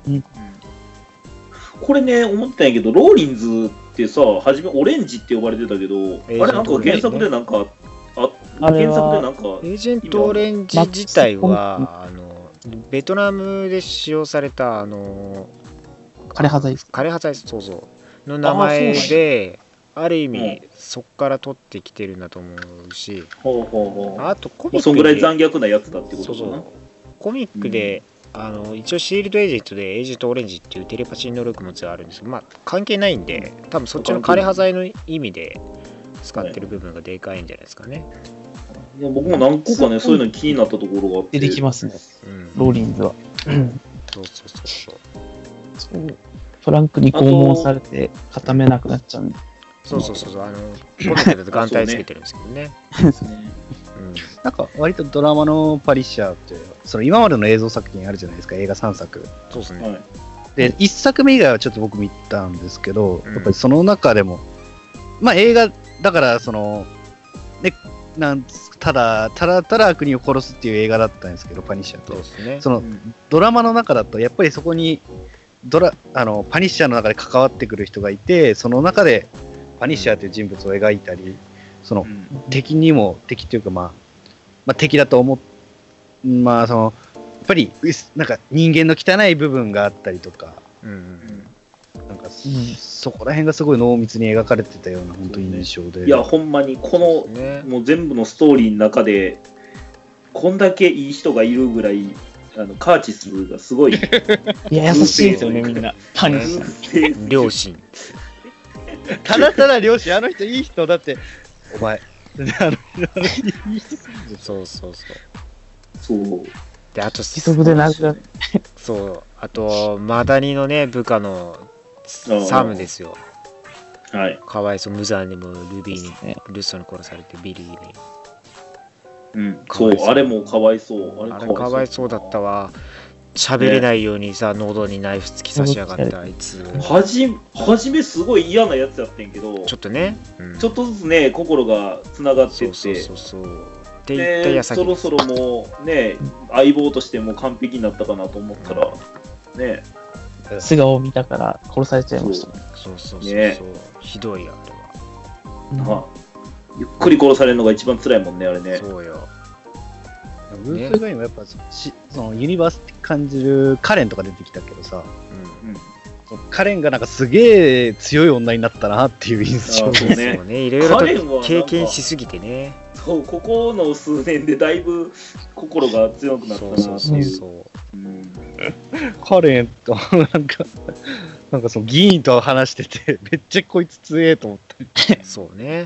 これね、思ったんやけど、ローリンズってさ、初めオレンジって呼ばれてたあれなんか原作でなんか、原作でなんか、 エージェントオレンジ自体は、ベトナムで使用された、 枯葉剤そうそうの名前で、ある意味、そこから取ってきてるんだと思うし、あとコミックで、 そんぐらい残虐なやつだってことかな。 そうコミックで、一応シールドエージェントでエージェントオレンジっていうテレパシー能力持ちがあるんですけど、まあ関係ないんで、多分そっちの枯葉剤の意味で使ってる部分がでかいんじゃないですかね。 いや僕も何個かね、そういうの気になったところがあって。 出てきますね、ローリンズは。そうフランクに拷問されて固めなくなっちゃうんで。 コミックだと眼帯つけてるんですけどね。 なんか割とドラマのパリッシャーってその今までの映像作品あるじゃないですか、映画3作。 そうですね。 で1作目以外はちょっと僕見たんですけど、やっぱりその中でもまあ映画だからそのね、ただ国を殺すっていう映画だったんですけど、パニッシャーって。そうですね。そのドラマの中だとやっぱりそこにパニッシャーの中で関わってくる人がいて、その中でパニッシャーという人物を描いたり、その敵っていうかまあ敵だと思う、まあそのやっぱりなんか人間の汚い部分があったりとか、なんかそこら辺がすごい濃密に描かれてたような本当に印象で、 いやほんまにこの、もう全部のストーリーの中でこんだけいい人がいるぐらいカーチスがすごいいや優しいですよねみんな。パニッシャー両親ただ両親、あの人いい人だって、お前いい人そうで、あと義足で殴られそうあとマダニのね部下のサムですよ。 はい。 かわいそう、無残にもルビーにルッソに殺されてビリーに。 そうあれもかわいそう。 あれかわいそうだったわ。喋れないようにさ、喉にナイフ突き刺しやがってあいつ。 はじめすごい嫌なやつやってんけど、 ちょっとね、 ちょっとずつね心がつながってって、 って言った矢先そろそろもうね相棒としても完璧になったかなと思ったらね、 素顔を見たから殺されちゃいましたね。 そうひどいやあれは。ゆっくり殺されるのが一番辛いもんね、あれね。 そうよ。 ブース以外にもやっぱそのユニバースって感じるカレンとか出てきたけどさ、カレンがなんかすげえ強い女になったなっていう印象ですね。いろいろと経験しすぎてね。 そう、ここの数年でだいぶ心が強くなったなっていう。 カレンとなんかその議員と話しててめっちゃこいつ強えと思った。 そうね。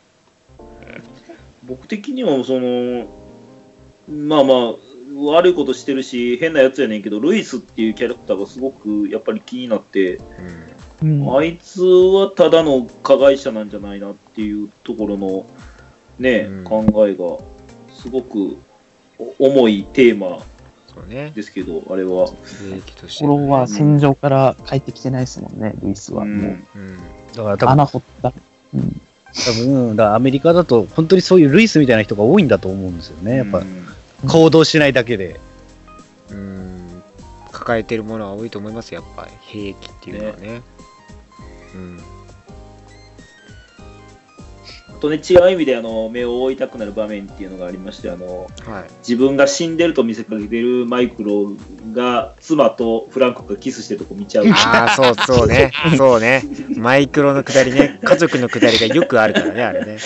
僕的にはそのまあ悪いことしてるし変なやつやねんけど、ルイスっていうキャラクターがすごくやっぱり気になって、あいつはただの加害者なんじゃないなっていうところのね、考えがすごく重いテーマですけど、あれは心は戦場から帰ってきてないですもんね、ルイスは。 だから多分穴掘っただからアメリカだと本当にそういうルイスみたいな人が多いんだと思うんですよね。やっぱ行動しないだけで抱えてるものは多いと思います。やっぱり兵役っていうのはね。 あとね、違う意味で目を覆いたくなる場面っていうのがありまして、自分が死んでると見せかけてるマイクロが妻とフランクがキスしてるとこ見ちゃう。 そうねそうね、マイクロのくだりね、家族のくだりがよくあるからね、あれね。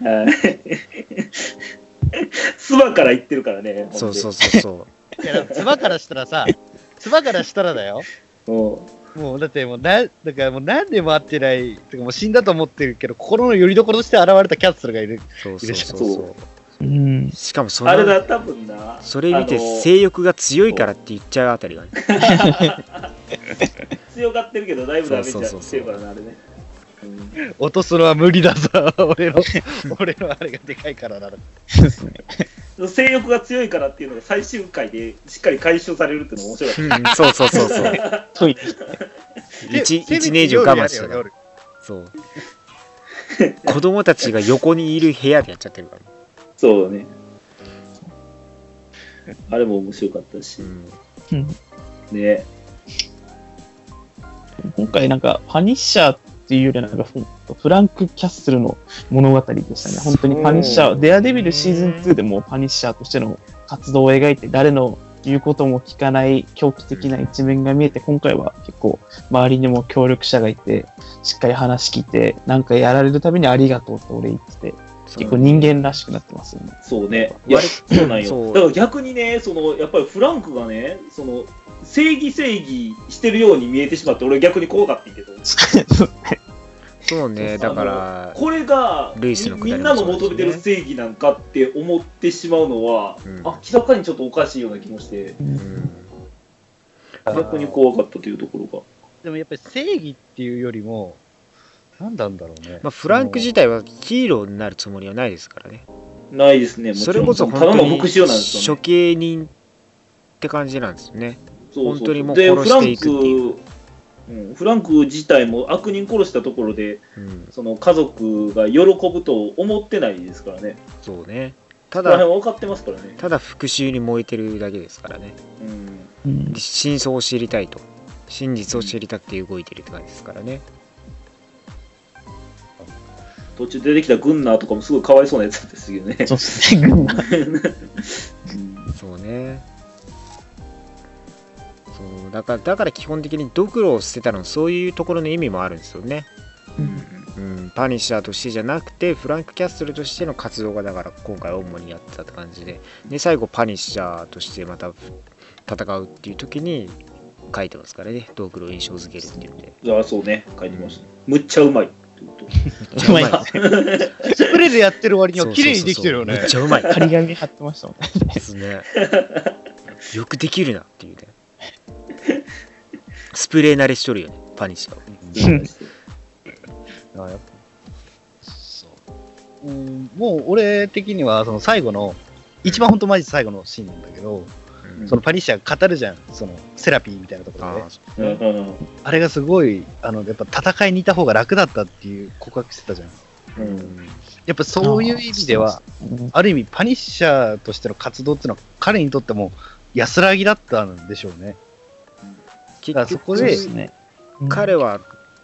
妻から言ってるからね。 そういや妻からしたらだよ。もうだってだからもう何年も会ってない、もう死んだと思ってるけど心の拠り所として現れたキャッスルがいる。 しかもあれだ多分な。 それ見て性欲が強いからって言っちゃうあたりがね。 強がってるけどだいぶダメじゃんっていうからなあれね。 落とすのは無理だぞ。俺のあれがでかいからな。 性欲が強いからっていうのが最終回でしっかり回収されるっていうのが面白い。 そう。1年以上我慢してた。そう。子供たちが横にいる部屋でやっちゃってるから。 そうね。 あれも面白かったし。 うん。 ね。 今回なんか、パニッシャーっていうよりはなんか、フランク・キャッスルの物語でしたね。本当にパニッシャー、デアデビルシーズン2でもパニッシャーとしての活動を描いて、誰の言うことも聞かない狂気的な一面が見えて、今回は結構周りにも協力者がいて、しっかり話聞いて、なんかやられるたびにありがとうって俺言ってて、結構人間らしくなってますよね。 そうね。いや、そうなんよ。だから逆にね、やっぱりフランクがね、正義してるように見えてしまって、俺逆に怖かったけど。 そうね、だから、 これがみんなの求めてる正義なんかって思ってしまうのは、明らかにちょっとおかしいような気もして、逆に怖かったというところが。 でもやっぱり正義っていうよりも、何なんだろうね。 まあ、フランク自体はヒーローになるつもりはないですからね。 ないですね。 それこそ本当に処刑人って感じなんですよね。本当にもう殺していくっていう。 フランク自体も悪人殺したところで、家族が喜ぶと思ってないですからね。 そうね。 ただ分かってますからね。 ただ復讐に燃えてるだけですからね。真相を知りたいと、真実を知りたくて動いてるって感じですからね。 途中出てきたグンナーとかもすごいかわいそうなやつですよね。 そうですね、グンナー。 そうね。そうだから基本的にドクロを捨てたのそういうところの意味もあるんですよね。パニッシャーとしてじゃなくてフランク・キャッスルとしての活動がだから今回主にやってたって感じで、最後パニッシャーとしてまた戦うっていう時に書いてますからね、ドクロを印象づけるっていうんで。 ああそうね、書いてました。むっちゃうまい。 うまいスプレーでやってる割には綺麗にできてるよね。 めっちゃうまい。 張り紙貼ってましたもんね。 ですね。よくできるなっていうね。スプレー慣れしとるよね、パニッシャーは。もう俺的にはその最後の一番本当マジ最後のシーンなんだけど、そのパニッシャー語るじゃん、そのセラピーみたいなところで。あれがすごいやっぱ戦いにいた方が楽だったっていう告白してたじゃん。やっぱそういう意味ではある意味パニッシャーとしての活動っていうのは彼にとっても安らぎだったんでしょうね。だからそこで彼は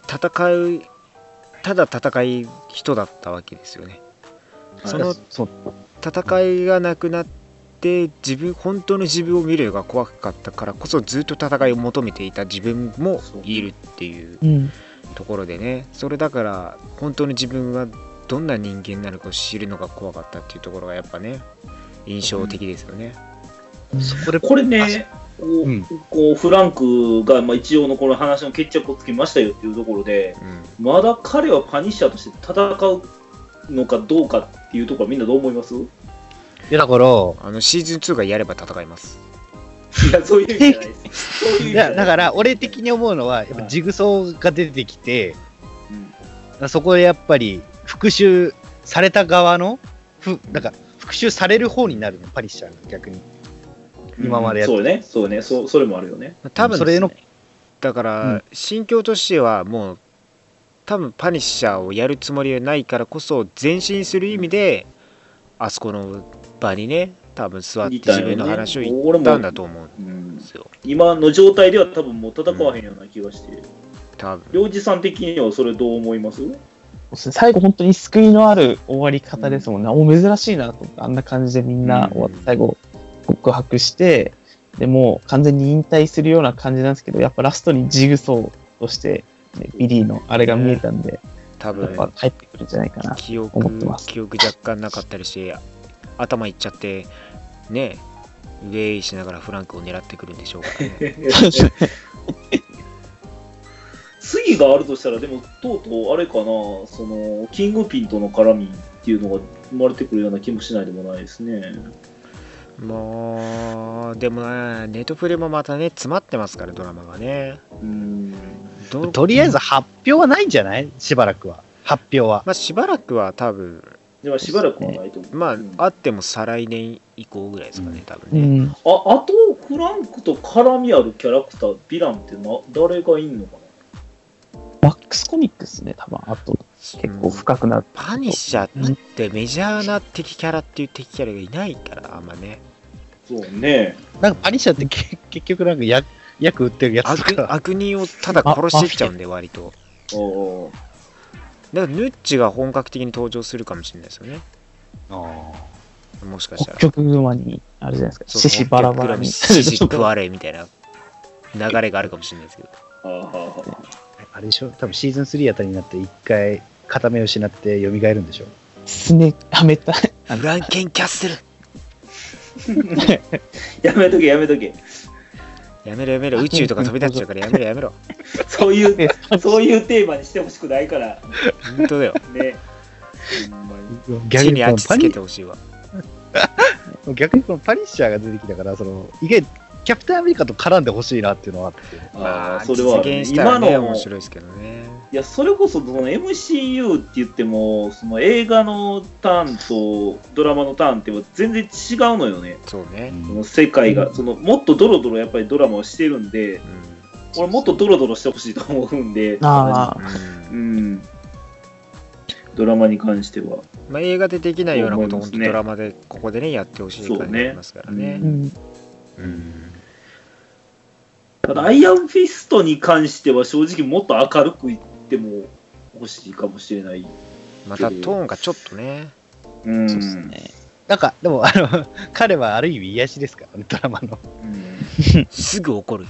ただ戦い人だったわけですよね。その戦いがなくなって本当の自分を見るのが怖かったからこそずっと戦いを求めていた自分もいるっていうところでね、それだから本当の自分はどんな人間なのかを知るのが怖かったっていうところがやっぱね印象的ですよね。 これね、こうフランクが一応のこの話の決着をつけましたよっていうところで、まだ彼はパニッシャーとして戦うのかどうかっていうところはみんなどう思います？いやだからシーズン2がやれば戦います。 いやそういう意味じゃないです。 いやだから俺的に思うのはやっぱジグソーが出てきて、そこでやっぱり復讐された側のなんか復讐される方になるのパニッシャーが逆に。今までやってそうね、それもあるよね。 多分それのだから心境としてはもう多分パニッシャーをやるつもりはないからこそ前進する意味であそこの場にね多分座って自分の話を言ったんだと思うんですよ。 今の状態では多分もう戦わへんような気がして。 多分領事さん的にはそれどう思います？ 最後本当に救いのある終わり方ですもんね。珍しいなと思って、あんな感じでみんな終わって最後告白して、でもう完全に引退するような感じなんですけど、やっぱラストにジグソーとして、ビリーのあれが見えたんで、 多分やっぱ帰ってくるんじゃないかなと思ってます。 記憶若干なかったりして頭いっちゃってねウェイしながらフランクを狙ってくるんでしょうからね。 次があるとしたらでもとうとうあれかな、そのキングピンとの絡みっていうのが生まれてくるような気もしないでもないですね。 もうでもねネトフレもまたね詰まってますからドラマがね。 とりあえず発表はないんじゃない？しばらくは発表は。 まあしばらくは多分。 ではしばらくはないと思う。 まあ、あっても再来年以降ぐらいですかね、多分ね。 あとフランクと絡みあるキャラクターヴィランって誰がいんのかな？ マックスコミックスね、多分あと結構深くなって、 パニッシャーってメジャーな敵キャラっていう敵キャラがいないからあんまね。 そうね。 なんかパニッシャーって結局なんか役売ってるやつとか。 悪人をただ殺していっちゃうんで、割と。だからヌッチが本格的に登場するかもしれないですよね。もしかしたら。 北極熊に、あれじゃないですか、獅子バラバラに。 獅子食われみたいな流れがあるかもしれないですけど。 あれでしょ多分シーズン3あたりになって一回片目を失って蘇るんでしょスネはめた。 フランケンキャッスルやめとけやめとけ。 やめろやめろ、宇宙とか飛び立っちゃうからやめろやめろ。 そういうテーマにしてほしくないから。 本当だよ。 ね。 地に足つけてほしいわ。 逆にこのパニッシャーが出てきたから、意外キャプテンアメリカと絡んでほしいなっていうのはあって。 まあ、それは、ね、今の面白いですけどね。 いや、それこそその MCU って言っても、その映画のターンとドラマのターンって全然違うのよね。 そうね。 その世界が、もっとドロドロやっぱりドラマをしてるんで、俺もっとドロドロしてほしいと思うんで、ドラマに関しては。 まあ、映画でできないようなことを、本当ドラマでここでねやってほしい感じがありますからね。 ただアイアンフィストに関しては正直もっと明るく言っても欲しいかもしれない。 またトーンがちょっとね。 そうですね。なんかでも彼はある意味癒しですからね、ドラマの。 すぐ怒る。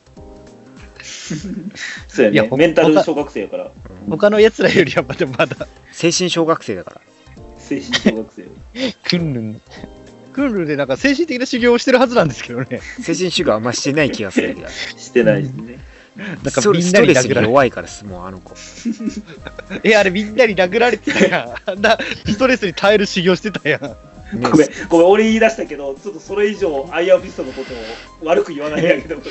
そうやね。メンタル小学生やから。 他の奴らよりはまだ精神小学生だから。 精神小学生。 クンルンでなんか精神的な修行をしてるはずなんですけどね。 精神修行あんましてない気がするけど。 してないですね。 なんかストレスに弱いからです、もうあの子。 あれみんなに殴られてたやん。あんなストレスに耐える修行してたやん。 ごめん、俺言い出したけど、ちょっとそれ以上アイアンフィストのことを悪く言わないであげてほしい。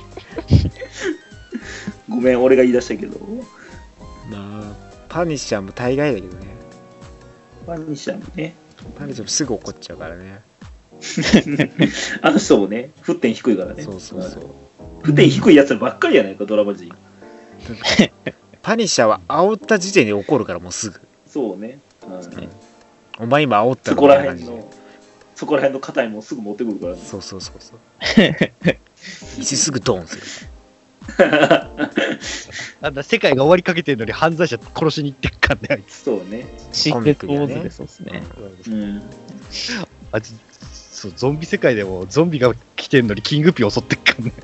ごめん、俺が言い出したけど。 まあ、パニッシャーも大概だけどね。 パニッシャーもね。 パニッシャーもすぐ怒っちゃうからね。 あの人もね、沸点低いからね。 そう。 沸点低いやつらばっかりやないか、ドラマ人。 パニッシャーは煽った時点で怒るから、もうすぐ。 そうね。 お前今煽ったのみたいな感じで。そこら辺の肩にもすぐ持ってくるからね。 そう。すぐドーンする。 あんな世界が終わりかけてるのに犯罪者殺しに行ってっかんね、あいつ。 そうね。 シークレットウォーズでそうですね。 そう、ゾンビ世界でもゾンビが来てんのにキングピー襲ってっかんね。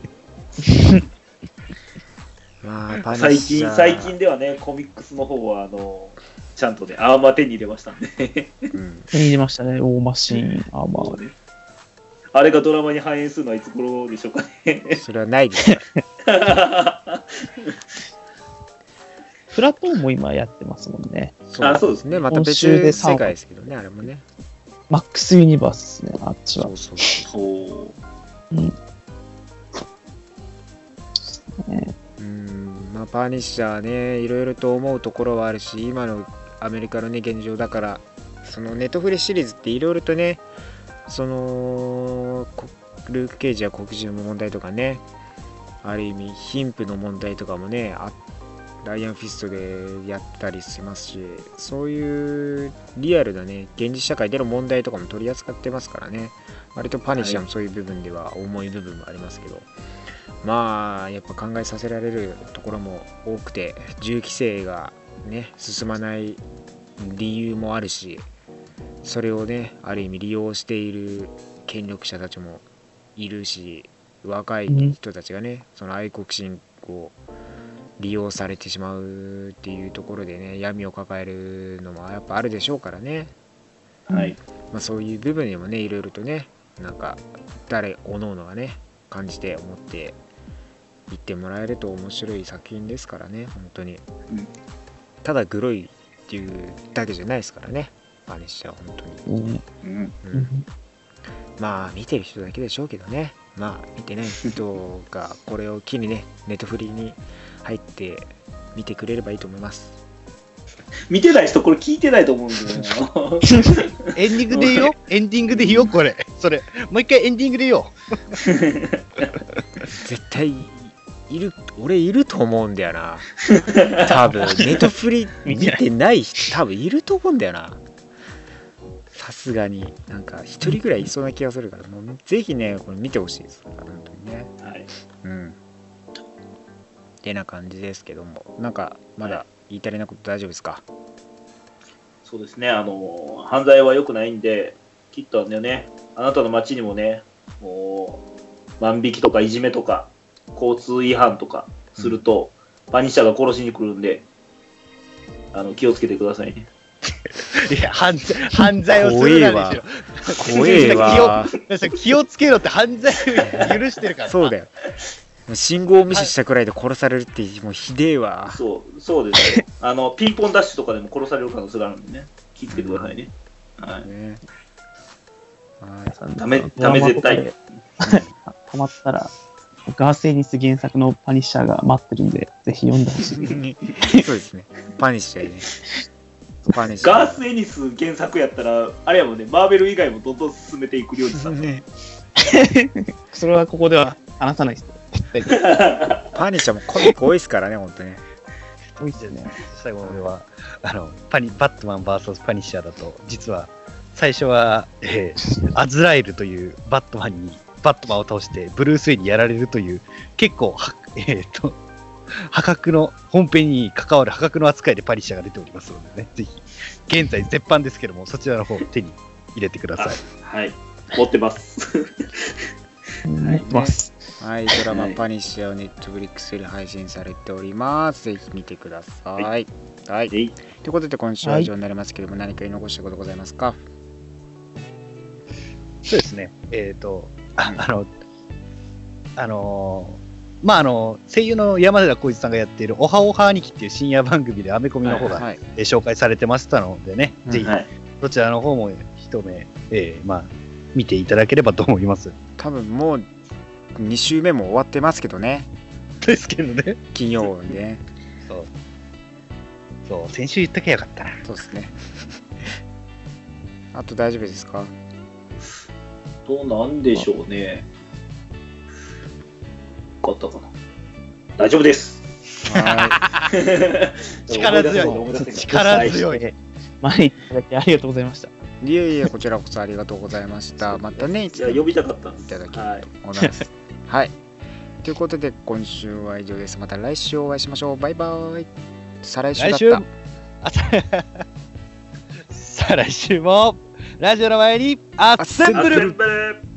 まあ、 最近ではね、コミックスの方はちゃんとね、アーマー手に入れましたんで。 手に入れましたね、オーマシーン、アーマー。 あれがドラマに反映するのはいつ頃でしょうかね。 それはないです。 フラトーンも今やってますもんね。 そうですね。 また別世界ですけどね、あれもね。 マックスユニバースですね、あっちは。 まあ、パーニッシャーね、いろいろと思うところはあるし、今のアメリカのね、現状だから、そのネットフリシリーズっていろいろとね、そのルーク・ケイジや黒人の問題とかね、ある意味貧富の問題とかもね、ライアンフィストでやったりしますし、そういうリアルなね、現実社会での問題とかも取り扱ってますからね、割とパニッシャーもそういう部分では重い部分もありますけど、まあやっぱ考えさせられるところも多くて、銃規制がね進まない理由もあるし、それをねある意味利用している権力者たちもいるし、若い人たちがねその愛国心を利用されてしまうっていうところでね、闇を抱えるのもやっぱあるでしょうからね。 はい。 まあそういう部分でもね、いろいろとね、なんか誰おのおのがね感じて思って言ってもらえると面白い作品ですからね、本当に。ただグロいっていうだけじゃないですからね、パニッシャーは本当に。まあ見てる人だけでしょうけどね、まあ見てない人がこれを機にね、ネットフリに入って見てくれればいいと思います。 見てない人これ聞いてないと思うんだよな。 エンディングでいいよ、エンディングでいいよ、これ。それもう一回エンディングでいいよ。 絶対俺いると思うんだよな。多分ネットフリ見てない人多分いると思うんだよな。 さすがになんか一人ぐらいいそうな気がするから、もうぜひねこれ見てほしいです本当にね。 はい。 ってな感じですけども、なんかまだ言い足りないこと大丈夫ですか？ そうですね、犯罪は良くないんで、きっとね、あなたの街にもね、もう万引きとかいじめとか交通違反とかすると、パニッシャーが殺しに来るんで、気をつけてくださいね。 いや、犯罪をするなんでしょ。 怖えわ。 気をつけろって犯罪を許してるから。 そうだよ。信号無視したくらいで殺されるってもうひでえわ。 そうですよ。ピンポンダッシュとかでも殺される可能性があるんでね、気をつけてくださいね。はい。 ね、 ダメ絶対。 たまったら、ガーセニス原作のパニッシャーが待ってるんで、ぜひ読んでほしい。 そうですね。パニッシャーね。 ガース・エニス原作やったら、あれやもんね、マーベル以外もどんどん進めていくようにさ。 それはここでは話さないです。 パニッシャーもコミック多いですからね、本当ね。 多いですよね。最後では、バットマン VS パニッシャーだと、実は、最初は、アズラエルというバットマンを倒して、ブルース・ウェイにやられるという、結構、破格の、本編に関わる破格の扱いでパニッシャーが出ておりますのでね、ぜひ、現在絶版ですけども、そちらの方手に入れてください。 はい、持ってます。 持ってます。 はい、ドラマパニッシャーをネットフリックスで配信されております。ぜひ見てください。はい。ということで、今週は以上になりますけれども、何か言い残したことございますか？ そうですね。声優の山寺浩一さんがやっているおはおは兄貴っていう深夜番組でアメコミの方が紹介されてましたのでね、ぜひどちらの方も一目、見ていただければと思います。 多分もう2週目も終わってますけどね。 ですけどね。 金曜ね。 そう、先週言ったけよかったな。 そうですね。あと大丈夫ですか？ どうなんでしょうね。よかったかな。大丈夫です。 力強い。 前にいただきありがとうございました。 いえいえ、こちらこそありがとうございました。またね、いつ呼びたかったんです。 いただきありがとうございます。はい。ということで、今週は以上です。また来週お会いしましょう。バイバイ。再来週だった。 さあ来週もラジオの前にアッセンブル。